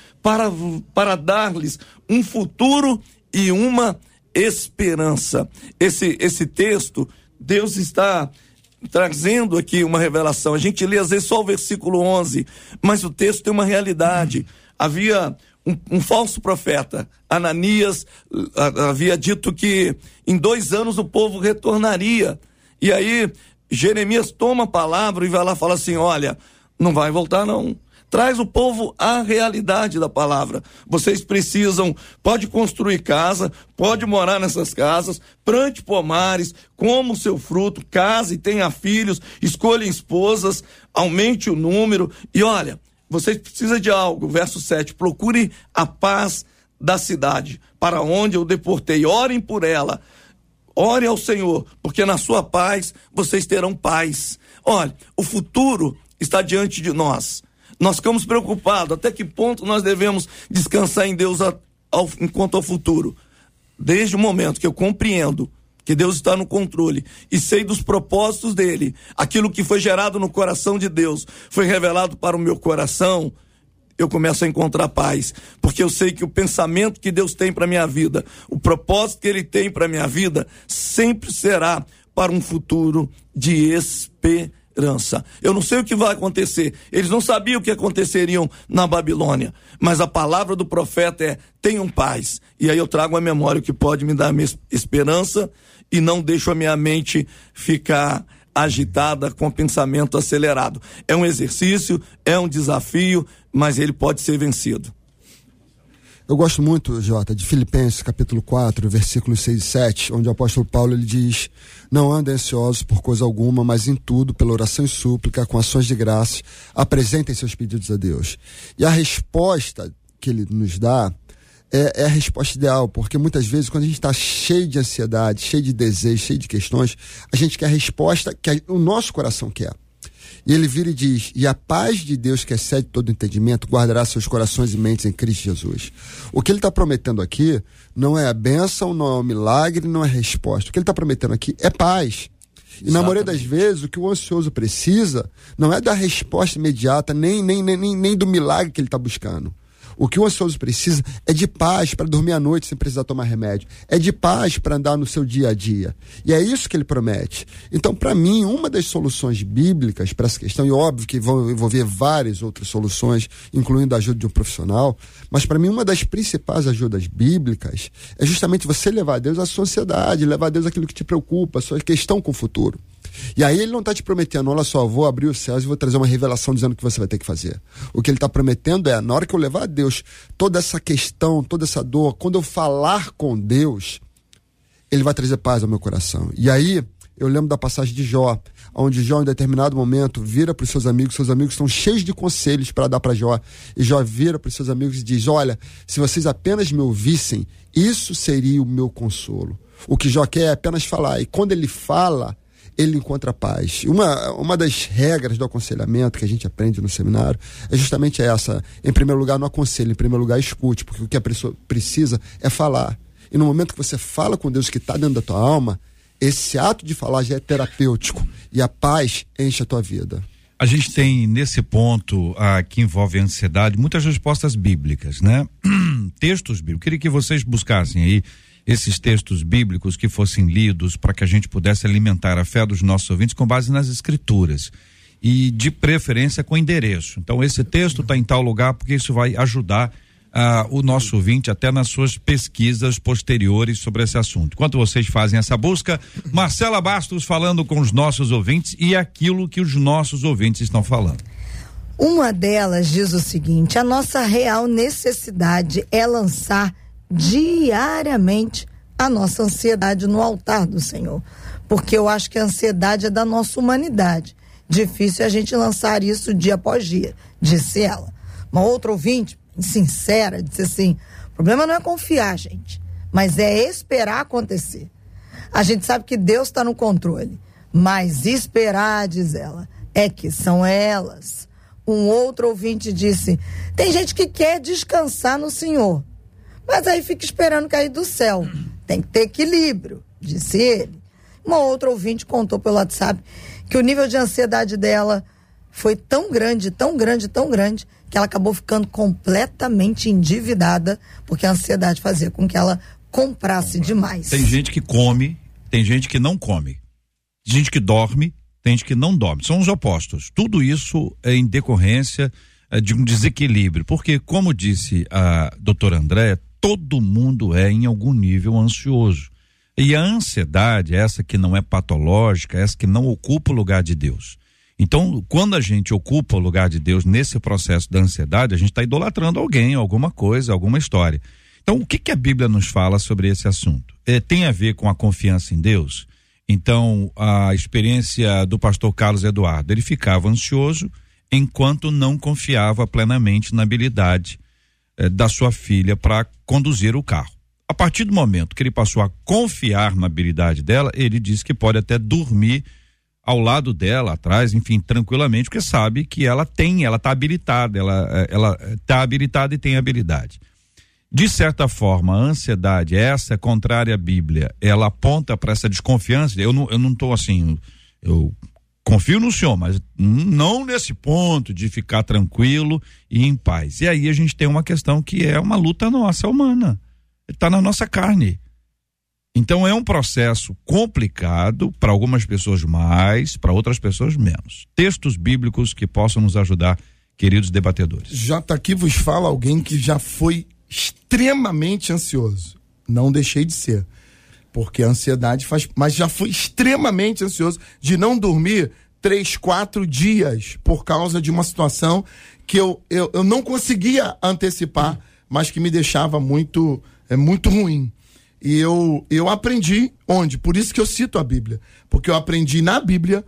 para dar-lhes um futuro e uma esperança. Esse texto, Deus está trazendo aqui uma revelação. A gente lê às vezes só o versículo 11, mas o texto tem uma realidade. Havia um falso profeta, Ananias, havia dito que em 2 anos o povo retornaria. E aí Jeremias toma a palavra e vai lá e fala assim: olha, não vai voltar não. Traz o povo à realidade da palavra. Vocês precisam, pode construir casa, pode morar nessas casas, plante pomares, coma o seu fruto, case e tenha filhos, escolha esposas, aumente o número. E olha, vocês precisam de algo. Verso 7, procure a paz da cidade, para onde eu deportei. Orem por ela. Ore ao Senhor, porque na sua paz vocês terão paz. Olha, o futuro está diante de nós. Nós ficamos preocupados até que ponto nós devemos descansar em Deus enquanto ao futuro. Desde o momento que eu compreendo que Deus está no controle e sei dos propósitos dele, aquilo que foi gerado no coração de Deus foi revelado para o meu coração, eu começo a encontrar paz, porque eu sei que o pensamento que Deus tem para minha vida, o propósito que ele tem para minha vida, sempre será para um futuro de esperança. Eu não sei o que vai acontecer. Eles não sabiam o que aconteceriam na Babilônia, mas a palavra do profeta é: tenham paz. E aí eu trago à memória o que pode me dar esperança e não deixo a minha mente ficar agitada com pensamento acelerado. É um exercício, é um desafio, mas ele pode ser vencido. Eu gosto muito, Jota, de Filipenses capítulo 4, versículos 6 e 7, onde o apóstolo Paulo ele diz: não andem ansiosos por coisa alguma, mas em tudo, pela oração e súplica, com ações de graça, apresentem seus pedidos a Deus. E a resposta que ele nos dá é a resposta ideal, porque muitas vezes quando a gente está cheio de ansiedade, cheio de desejo, cheio de questões, a gente quer a resposta que o nosso coração quer. E ele vira e diz: e a paz de Deus, que excede todo entendimento, guardará seus corações e mentes em Cristo Jesus. O que ele está prometendo aqui não é a bênção, não é o milagre, não é a resposta. O que ele está prometendo aqui é paz. E na maioria das vezes, o que o ansioso precisa não é da resposta imediata, nem do milagre que ele está buscando. O que o ansioso precisa é de paz para dormir à noite sem precisar tomar remédio. É de paz para andar no seu dia a dia. E é isso que ele promete. Então, para mim, uma das soluções bíblicas para essa questão, e óbvio que vão envolver várias outras soluções, incluindo a ajuda de um profissional, mas para mim uma das principais ajudas bíblicas é justamente você levar a Deus a sua ansiedade, levar a Deus aquilo que te preocupa, a sua questão com o futuro. E aí ele não está te prometendo, olha só, vou abrir os céus e vou trazer uma revelação dizendo o que você vai ter que fazer. O que ele está prometendo é, na hora que eu levar a Deus toda essa questão, toda essa dor, quando eu falar com Deus, ele vai trazer paz ao meu coração. E aí, eu lembro da passagem de Jó, onde Jó, em determinado momento, vira para os seus amigos estão cheios de conselhos para dar para Jó, e Jó vira para os seus amigos e diz, olha, se vocês apenas me ouvissem, isso seria o meu consolo. O que Jó quer é apenas falar, e quando ele fala, ele encontra paz. Uma das regras do aconselhamento que a gente aprende no seminário é justamente essa. Em primeiro lugar, não aconselhe, em primeiro lugar, escute, porque o que a pessoa precisa é falar. E no momento que você fala com Deus que está dentro da tua alma, esse ato de falar já é terapêutico e a paz enche a tua vida. A gente tem nesse ponto que envolve a ansiedade muitas respostas bíblicas, né? Textos bíblicos. Queria que vocês buscassem aí esses textos bíblicos que fossem lidos para que a gente pudesse alimentar a fé dos nossos ouvintes com base nas escrituras e de preferência com endereço. Então esse texto está em tal lugar porque isso vai ajudar o nosso ouvinte até nas suas pesquisas posteriores sobre esse assunto. Enquanto vocês fazem essa busca, Marcela Bastos falando com os nossos ouvintes e aquilo que os nossos ouvintes estão falando. Uma delas diz o seguinte: a nossa real necessidade é lançar diariamente a nossa ansiedade no altar do Senhor, porque eu acho que a ansiedade é da nossa humanidade. Difícil a gente lançar isso dia após dia, disse ela. Uma outra ouvinte, sincera, disse assim: o problema não é confiar, gente, mas é esperar acontecer. A gente sabe que Deus está no controle, mas esperar, diz ela, é que são elas. Um outro ouvinte disse: tem gente que quer descansar no Senhor, mas aí fica esperando cair do céu. Tem que ter equilíbrio, disse ele. Uma outra ouvinte contou pelo WhatsApp que o nível de ansiedade dela foi tão grande, tão grande, tão grande, que ela acabou ficando completamente endividada, porque a ansiedade fazia com que ela comprasse demais. Tem gente que come, tem gente que não come. Tem gente que dorme, tem gente que não dorme. São os opostos. Tudo isso é em decorrência de um desequilíbrio, porque, como disse a doutora Andréa, todo mundo é em algum nível ansioso. E a ansiedade, essa que não é patológica, essa que não ocupa o lugar de Deus. Então, quando a gente ocupa o lugar de Deus nesse processo da ansiedade, a gente está idolatrando alguém, alguma coisa, alguma história. Então, o que a Bíblia nos fala sobre esse assunto? Tem a ver com a confiança em Deus? Então, a experiência do pastor Carlos Eduardo, ele ficava ansioso enquanto não confiava plenamente na habilidade da sua filha para conduzir o carro. A partir do momento que ele passou a confiar na habilidade dela, ele disse que pode até dormir ao lado dela, atrás, enfim, tranquilamente, porque sabe que ela está habilitada, ela está habilitada e tem habilidade. De certa forma, a ansiedade, essa contrária à Bíblia, ela aponta para essa desconfiança. Eu não estou assim, eu confio no Senhor, mas não nesse ponto de ficar tranquilo e em paz. E aí a gente tem uma questão que é uma luta nossa, humana. Está na nossa carne. Então é um processo complicado, para algumas pessoas mais, para outras pessoas menos. Textos bíblicos que possam nos ajudar, queridos debatedores. Já aqui vos fala alguém que já foi extremamente ansioso. Não deixei de ser, porque a ansiedade faz, mas já fui extremamente ansioso de não dormir 3-4 dias por causa de uma situação que eu não conseguia antecipar, mas que me deixava muito ruim. E eu aprendi onde? Por isso que eu cito a Bíblia. Porque eu aprendi na Bíblia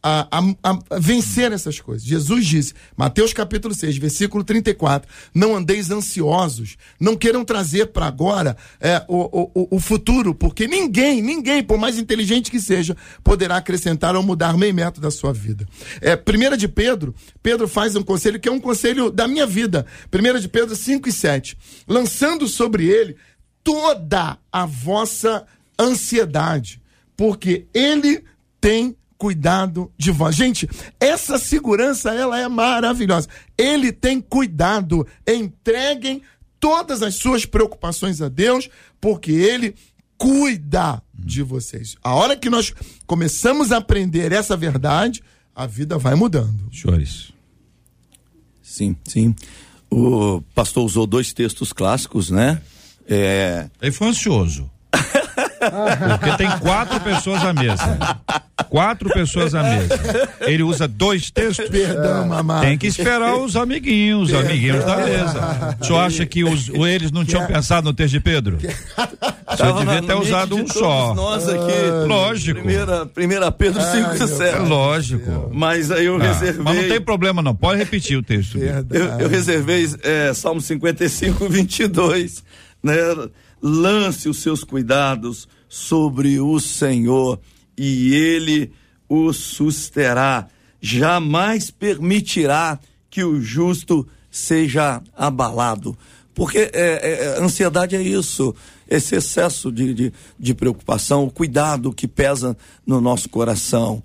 a vencer essas coisas. Jesus disse, Mateus capítulo 6, versículo 34, não andeis ansiosos, não queiram trazer para agora o futuro, porque ninguém, por mais inteligente que seja, poderá acrescentar ou mudar meio metro da sua vida. 1 de Pedro faz um conselho que é um conselho da minha vida. 1 de Pedro 5:7, lançando sobre ele toda a vossa ansiedade, porque ele tem cuidado de vós. Gente, essa segurança, ela é maravilhosa. Ele tem cuidado. Entreguem todas as suas preocupações a Deus, porque ele cuida de vocês. A hora que nós começamos a aprender essa verdade, a vida vai mudando. Senhores. Sim. O pastor usou 2 textos clássicos, né? Ele foi ansioso. Porque tem 4 pessoas à mesa. 4 pessoas à mesa. Ele usa 2 textos. Perdão, amado. Tem que esperar os amiguinhos da mesa. O senhor acha que eles não tinham pensado no texto de Pedro? O senhor devia ter usado um só. Nós aqui. Lógico. Primeira Pedro 5:7. É lógico. Mas aí eu reservei. Mas não tem problema não, pode repetir o texto. Eu reservei Salmo 55:22, né? Lance os seus cuidados sobre o Senhor e Ele o susterá. Jamais permitirá que o justo seja abalado. Porque ansiedade é isso, esse excesso de preocupação, o cuidado que pesa no nosso coração.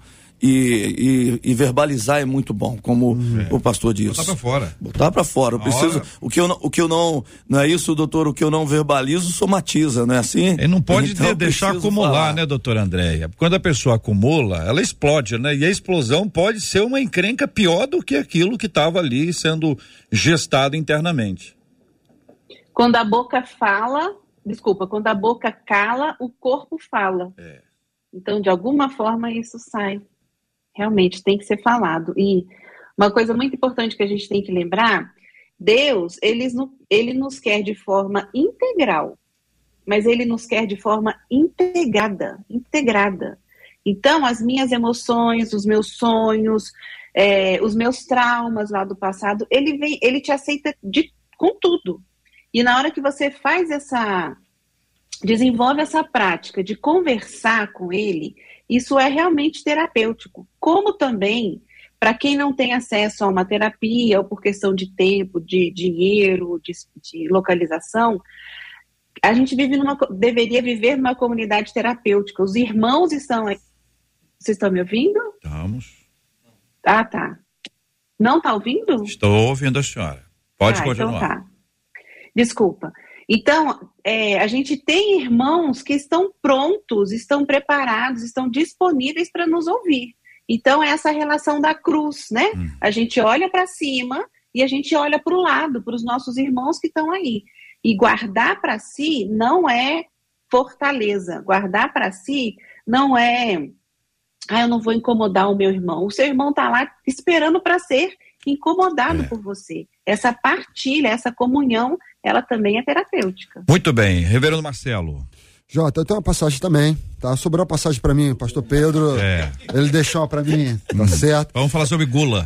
E verbalizar é muito bom, como o pastor disse. Botar pra fora. Botar pra fora. Eu preciso. O que eu não é isso, doutor? O que eu não verbalizo somatiza, não é assim? Ele não pode Então, deixar acumular, falar. né, doutora Andréia? Quando a pessoa acumula, ela explode, né? E a explosão pode ser uma encrenca pior do que aquilo que estava ali sendo gestado internamente. Quando a boca quando a boca cala, o corpo fala. Então, de alguma forma, isso sai. Realmente, tem que ser falado. E uma coisa muito importante que a gente tem que lembrar, Deus, ele nos quer de forma integral, mas ele nos quer de forma integrada. Então, as minhas emoções, os meus sonhos, os meus traumas lá do passado, ele te aceita com tudo. E na hora que você desenvolve essa prática de conversar com ele, isso é realmente terapêutico. Como também, para quem não tem acesso a uma terapia, ou por questão de tempo, de dinheiro, de localização, a gente deveria viver numa comunidade terapêutica. Os irmãos estão aí. Vocês estão me ouvindo? Estamos. Ah, tá. Não está ouvindo? Estou ouvindo a senhora. Pode continuar. Então tá. Desculpa. Então, a gente tem irmãos que estão prontos, estão preparados, estão disponíveis para nos ouvir. Então, é essa relação da cruz, né? A gente olha para cima e a gente olha para o lado, para os nossos irmãos que estão aí. E guardar para si não é fortaleza. Guardar para si não é, eu não vou incomodar o meu irmão. O seu irmão está lá esperando para ser incomodado por você. Essa partilha, essa comunhão, ela também é terapêutica. Muito bem, reverendo Marcelo. Jota, eu tenho uma passagem também, tá? Sobrou uma passagem pra mim, pastor Pedro, ele deixou uma pra mim, tá certo? Vamos falar sobre gula.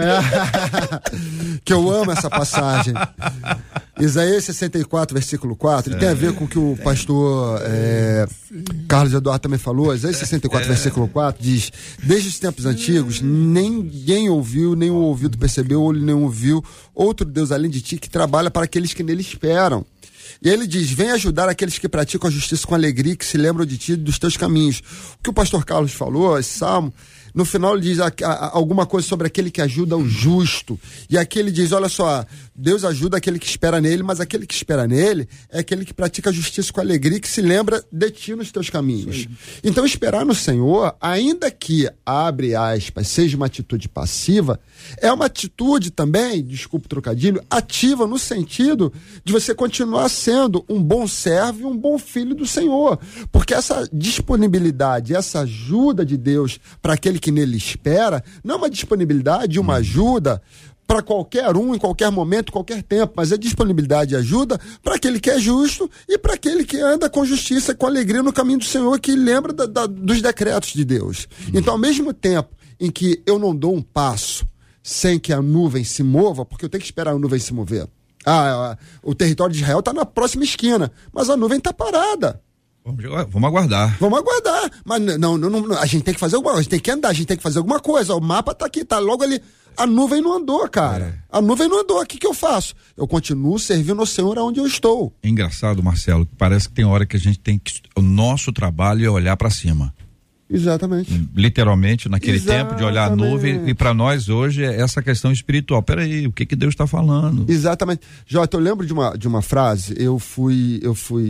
Que eu amo essa passagem. Isaías 64, versículo 4, ele tem a ver com o que o pastor Carlos Eduardo também falou. Isaías 64, versículo 4 diz: desde os tempos antigos, ninguém ouviu, nem o ouvido percebeu, olho nem ouviu outro Deus além de ti que trabalha para aqueles que nele esperam. E ele diz: vem ajudar aqueles que praticam a justiça com alegria, que se lembram de ti e dos teus caminhos. O que o pastor Carlos falou, esse salmo, no final ele diz alguma coisa sobre aquele que ajuda o justo. E aqui ele diz: olha só, Deus ajuda aquele que espera nele, mas aquele que espera nele é aquele que pratica a justiça com alegria, que se lembra de ti nos teus caminhos. Sim. Então, esperar no Senhor, ainda que, abre aspas, seja uma atitude passiva, é uma atitude também, desculpa o trocadilho, ativa no sentido de você continuar sendo um bom servo e um bom filho do Senhor. Porque essa disponibilidade, essa ajuda de Deus para aquele que nele espera, não é uma disponibilidade, uma ajuda para qualquer um, em qualquer momento, qualquer tempo, mas é disponibilidade e ajuda para aquele que é justo e para aquele que anda com justiça e com alegria no caminho do Senhor, que lembra dos decretos de Deus. Então, ao mesmo tempo em que eu não dou um passo sem que a nuvem se mova, porque eu tenho que esperar a nuvem se mover. O território de Israel está na próxima esquina, mas a nuvem está parada. Vamos aguardar. Vamos aguardar. Mas não, a gente tem que fazer alguma coisa, a gente tem que andar, a gente tem que fazer alguma coisa. O mapa tá aqui, tá logo ali. A nuvem não andou, cara. A nuvem não andou. O que eu faço? Eu continuo servindo ao Senhor aonde eu estou. Engraçado, Marcelo, parece que tem hora que a gente tem que... O nosso trabalho é olhar para cima. Exatamente. Literalmente, naquele tempo de olhar a nuvem, e para nós hoje é essa questão espiritual. Peraí, o que Deus está falando? Exatamente. Jota, eu lembro de uma frase, eu fui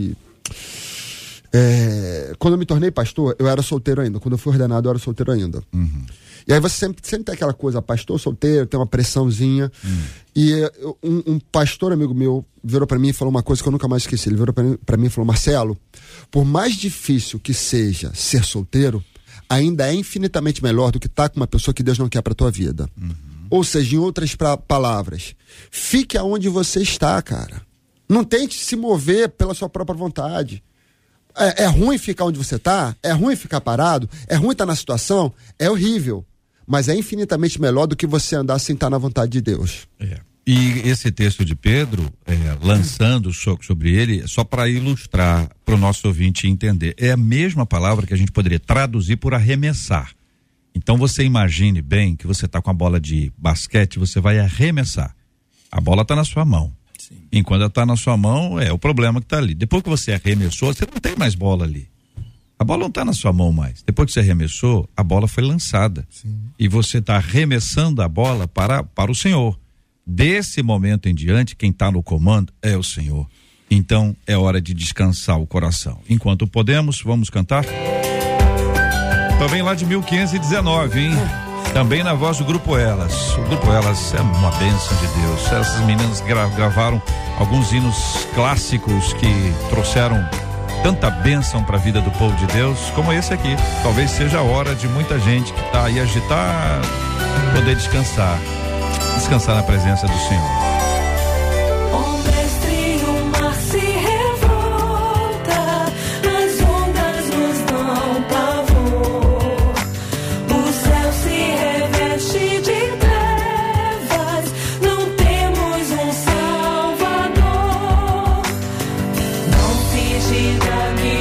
quando eu me tornei pastor, eu era solteiro ainda. Quando eu fui ordenado, eu era solteiro ainda. Uhum. E aí você sempre tem aquela coisa, pastor solteiro, tem uma pressãozinha. E um pastor amigo meu virou pra mim e falou uma coisa que eu nunca mais esqueci. Ele virou pra mim e falou: Marcelo, por mais difícil que seja ser solteiro, ainda é infinitamente melhor do que estar com uma pessoa que Deus não quer para tua vida. Ou seja, em outras palavras, fique aonde você está, cara. Não tente se mover pela sua própria vontade. É ruim ficar onde você está? É ruim ficar parado? É ruim estar na situação? É horrível. Mas é infinitamente melhor do que você andar sem estar na vontade de Deus. E esse texto de Pedro, lançando sobre ele, só para ilustrar para o nosso ouvinte entender, é a mesma palavra que a gente poderia traduzir por arremessar. Então você imagine bem que você está com a bola de basquete, você vai arremessar. A bola está na sua mão. Sim. Enquanto ela está na sua mão, é o problema que está ali. Depois que você arremessou, você não tem mais bola ali. A bola não está na sua mão mais. Depois que você arremessou, a bola foi lançada. Sim. E você está arremessando a bola para o Senhor. Desse momento em diante, quem está no comando é o Senhor. Então é hora de descansar o coração. Enquanto podemos, vamos cantar? Também lá de 1519, hein? Também na voz do Grupo Elas. O Grupo Elas é uma bênção de Deus. Essas meninas gravaram alguns hinos clássicos que trouxeram tanta bênção para a vida do povo de Deus, como esse aqui. Talvez seja a hora de muita gente que está aí agitado poder descansar na presença do Senhor. O mestre, o mar se revolta, as ondas nos dão pavor, o céu se reveste de trevas, não temos um Salvador. Não finge que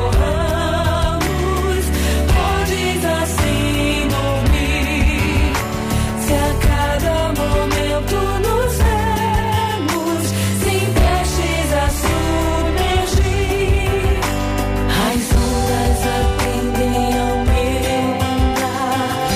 morramos, podes assim dormir, se a cada momento nos vemos, sem prestes a submergir. As ondas atendem ao meu andar,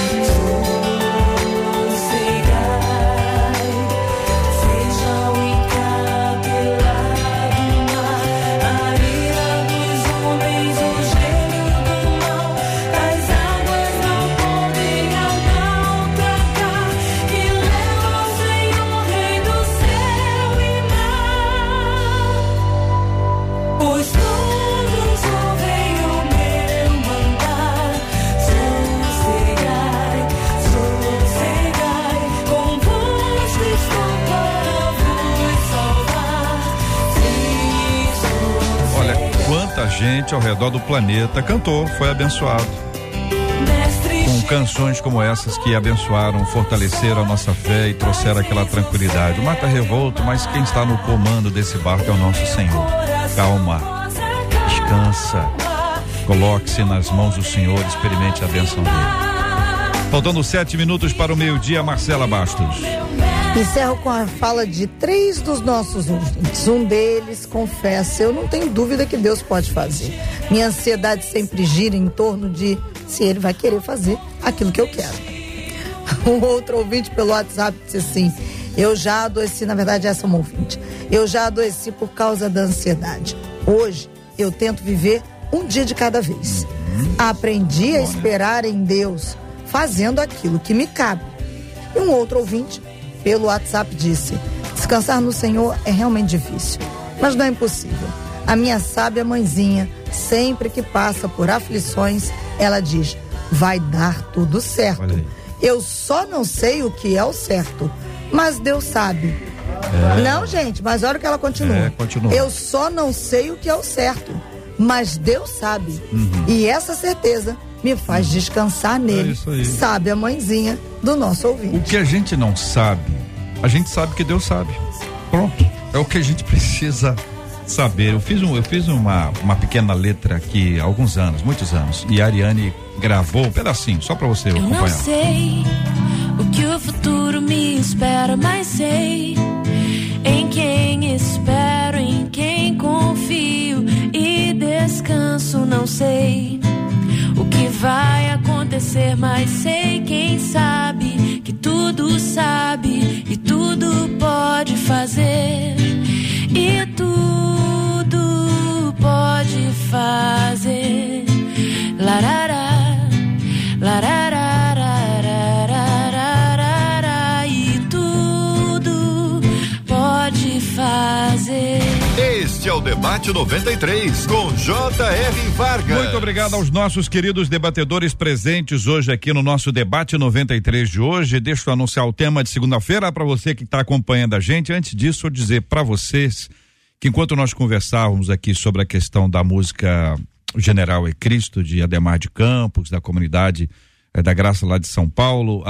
sossegai, seja o encapelado mar, a ira dos homens, o gelo do mal, as águas não podem alcançar, e leva o Senhor, Rei do céu e mar. Pois todos ouvem o meu mandar, sossegai, sossegai, convosco estou para vos salvar. Olha, quanta gente ao redor do planeta cantou, foi abençoado. Com canções como essas que abençoaram, fortaleceram a nossa fé e trouxeram aquela tranquilidade. O mar está revolto, mas quem está no comando desse barco é o nosso Senhor. Calma, descansa, coloque-se nas mãos do Senhor, experimente a bênção dele. Faltando 7 minutos para o meio-dia, Marcela Bastos. Encerro com a fala de 3 dos nossos ouvintes. Um deles confessa: eu não tenho dúvida que Deus pode fazer. Minha ansiedade sempre gira em torno de se ele vai querer fazer aquilo que eu quero. Um outro ouvinte pelo WhatsApp disse assim: eu já adoeci, na verdade essa é uma ouvinte, eu já adoeci por causa da ansiedade. Hoje eu tento viver um dia de cada vez. Aprendi a esperar em Deus, fazendo aquilo que me cabe. E um outro ouvinte pelo WhatsApp disse: descansar no Senhor é realmente difícil, mas não é impossível. A minha sábia mãezinha, sempre que passa por aflições, ela diz: vai dar tudo certo. Eu só não sei o que é o certo, mas Deus sabe. Não, gente, mas olha o que ela continua. Continua. Eu só não sei o que é o certo, mas Deus sabe. E essa certeza me faz descansar nele. Sabe a mãezinha do nosso ouvinte. O que a gente não sabe, a gente sabe que Deus sabe. Pronto. É o que a gente precisa saber. Eu fiz uma pequena letra aqui há alguns anos, muitos anos, e a Ariane gravou um pedacinho, só pra você acompanhar. Eu não sei o que o futuro me espera, mas sei em quem espero, em quem confio e descanso. Não sei o que vai acontecer, mas sei quem sabe que tudo sabe e tudo pode fazer, e tudo pode fazer. Larará, larará, e tudo pode fazer. Este é o debate Debate 93, com J.R. Vargas. Muito obrigado aos nossos queridos debatedores presentes hoje aqui no nosso Debate 93 de hoje. Deixa eu anunciar o tema de segunda-feira para você que está acompanhando a gente. Antes disso, eu dizer para vocês que enquanto nós conversávamos aqui sobre a questão da música General é Cristo, de Ademar de Campos, da comunidade da Graça lá de São Paulo,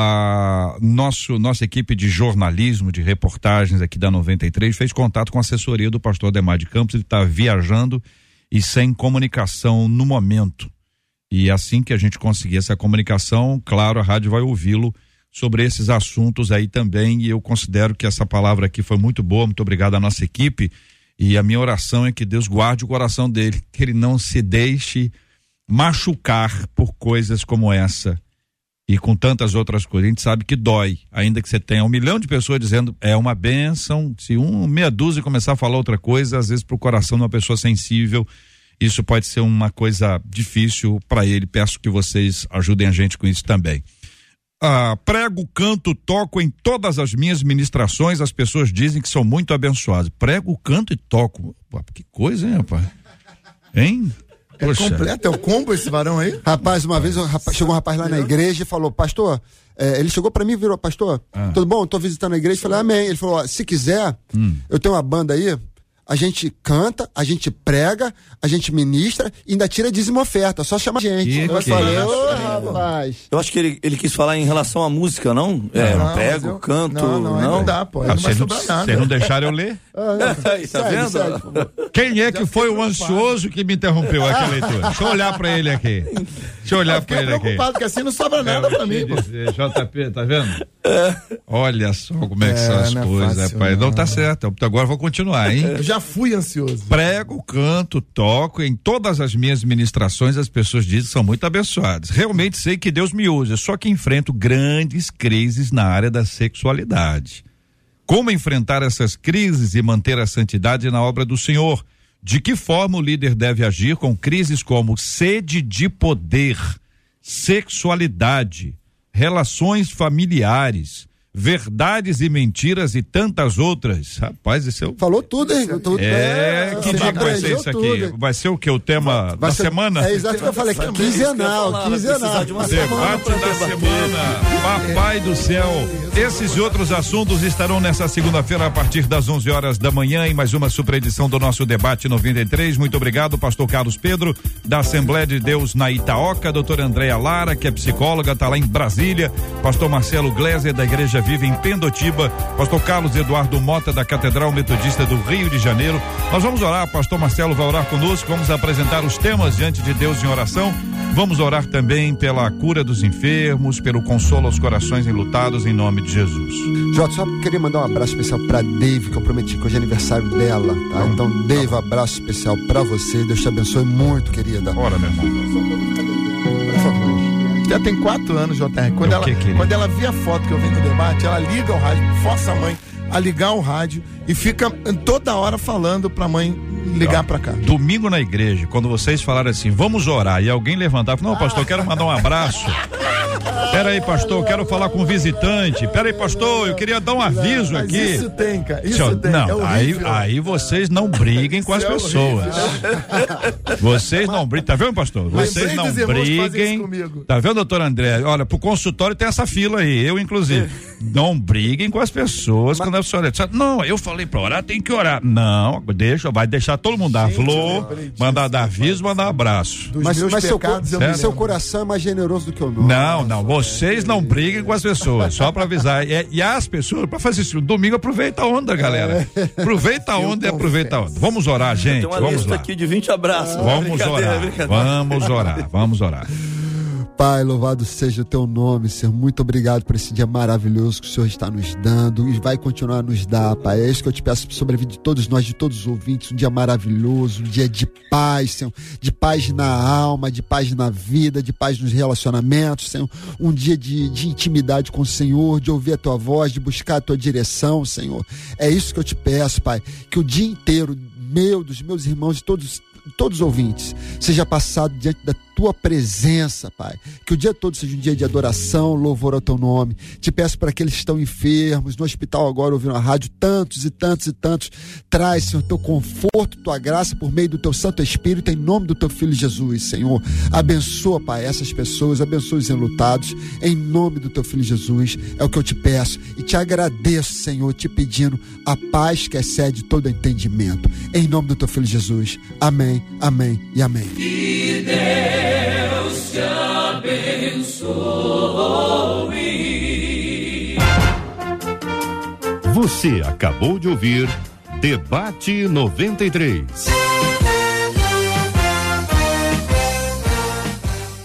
nossa equipe de jornalismo, de reportagens aqui da 93 fez contato com a assessoria do pastor Ademar de Campos. Ele está viajando e sem comunicação no momento, e assim que a gente conseguir essa comunicação, claro, a rádio vai ouvi-lo sobre esses assuntos aí também, e eu considero que essa palavra aqui foi muito boa. Muito obrigado à nossa equipe, e a minha oração é que Deus guarde o coração dele, que ele não se deixe machucar por coisas como essa e com tantas outras coisas. A gente sabe que dói, ainda que você tenha 1 milhão de pessoas dizendo é uma bênção, se meia dúzia começar a falar outra coisa, às vezes pro coração de uma pessoa sensível, isso pode ser uma coisa difícil para ele. Peço que vocês ajudem a gente com isso também. Prego, canto, toco em todas as minhas ministrações, as pessoas dizem que são muito abençoadas. Prego, canto e toco. Pô, que coisa, hein, rapaz? Hein? Poxa. Completo, é o combo esse varão aí? Rapaz, uma vez chegou um rapaz lá na igreja e falou, pastor, ele chegou pra mim e virou, pastor, tudo bom? Tô visitando a igreja. Falei, amém. Ele falou, se quiser, eu tenho uma banda aí, a gente canta, a gente prega, a gente ministra e ainda tira dízimo oferta, só chama a gente. Eu falei, rapaz. Eu acho que ele quis falar em relação à música, não? Não, prego, canto, não dá, pô. Não vai sobrar nada. Vocês não deixaram eu ler? Tá vendo? Sério. Quem é que foi o ansioso que me interrompeu aqui a leitura? Deixa eu olhar pra ele aqui. Preocupado, que assim não sobra nada pra mim. JP, tá vendo? Olha só como é que são as coisas, rapaz. Não tá certo. Agora eu vou continuar, hein? Eu já fui ansioso. Prego, canto, toco, em todas as minhas ministrações as pessoas dizem que são muito abençoadas. Realmente sei que Deus me usa, só que enfrento grandes crises na área da sexualidade. Como enfrentar essas crises e manter a santidade na obra do Senhor? De que forma o líder deve agir com crises como sede de poder, sexualidade, relações familiares, verdades e mentiras e tantas outras? Rapaz, esse é o... Falou tudo, hein? Que dia que vai ser isso aqui? Vai ser o que? O tema da semana? É exato o que eu falei, quinzenal. Debate da semana. Papai do céu. Esses e outros assuntos estarão nessa segunda-feira a partir das 11 horas da manhã em mais uma super edição do nosso Debate 93. Muito obrigado, pastor Carlos Pedro, da Assembleia de Deus na Itaoca, doutora Andréa Lara, que é psicóloga, tá lá em Brasília, pastor Marcelo Gleiser, da Igreja Viva em Pendotiba, pastor Carlos Eduardo Mota, da Catedral Metodista do Rio de Janeiro. Nós vamos orar, pastor Marcelo vai orar conosco, vamos apresentar os temas diante de Deus em oração. Vamos orar também pela cura dos enfermos, pelo consolo aos corações enlutados, em nome de Jesus. Jota, só queria mandar um abraço especial pra Dave, que eu prometi que hoje é aniversário dela, tá? Então, Dave, abraço especial pra você, Deus te abençoe muito, querida. Bora, meu irmão. Por favor. Já tem 4 anos, JR. Quando ela vê a foto que eu vi no debate, ela liga o rádio, força a mãe a ligar o rádio e fica toda hora falando pra mãe ligar pra cá. Domingo na igreja, quando vocês falaram assim, vamos orar, e alguém levantar e falar, não, pastor, eu quero mandar um abraço. Pera aí, pastor, eu quero falar com um visitante. Pera aí, pastor, eu queria dar um aviso aqui. Isso tem, cara. Isso tem. Não, aí vocês não briguem com as pessoas. Vocês não briguem, tá vendo, pastor? Vocês não briguem. Tá vendo, doutor André? Olha, pro consultório tem essa fila aí, eu inclusive. Não briguem com as pessoas quando a senhora diz, não, eu falei pra orar, tem que orar. Não, vai deixar todo mundo dar flor, mandar dar aviso, mandar abraço. Mas seu coração é mais generoso do que o meu. Não, vocês não briguem com as pessoas, só pra avisar. E as pessoas, pra fazer isso, domingo aproveita a onda, galera. Aproveita a onda e aproveita a onda. Vamos orar, gente. Tem uma vamos lista lá. Aqui de 20 abraços. Vamos orar. Pai, louvado seja o teu nome, Senhor. Muito obrigado por esse dia maravilhoso que o Senhor está nos dando e vai continuar a nos dar, Pai. É isso que eu te peço sobre a vida de todos nós, de todos os ouvintes. Um dia maravilhoso, um dia de paz, Senhor. De paz na alma, de paz na vida, de paz nos relacionamentos, Senhor. Um dia de intimidade com o Senhor, de ouvir a tua voz, de buscar a tua direção, Senhor. É isso que eu te peço, Pai. Que o dia inteiro, dos meus irmãos, de todos todos os ouvintes, seja passado diante da tua presença, Pai. Que o dia todo seja um dia de adoração, louvor ao teu nome. Te peço para aqueles que estão enfermos, no hospital agora, ouvindo a rádio, tantos e tantos e tantos. Traz, Senhor, teu conforto, tua graça por meio do teu Santo Espírito, em nome do teu Filho Jesus, Senhor. Abençoa, Pai, essas pessoas, abençoa os enlutados, em nome do teu Filho Jesus. É o que eu te peço e te agradeço, Senhor, te pedindo a paz que excede todo entendimento. Em nome do teu Filho Jesus. Amém, amém e amém. Que Deus te abençoe. Você acabou de ouvir Debate 93.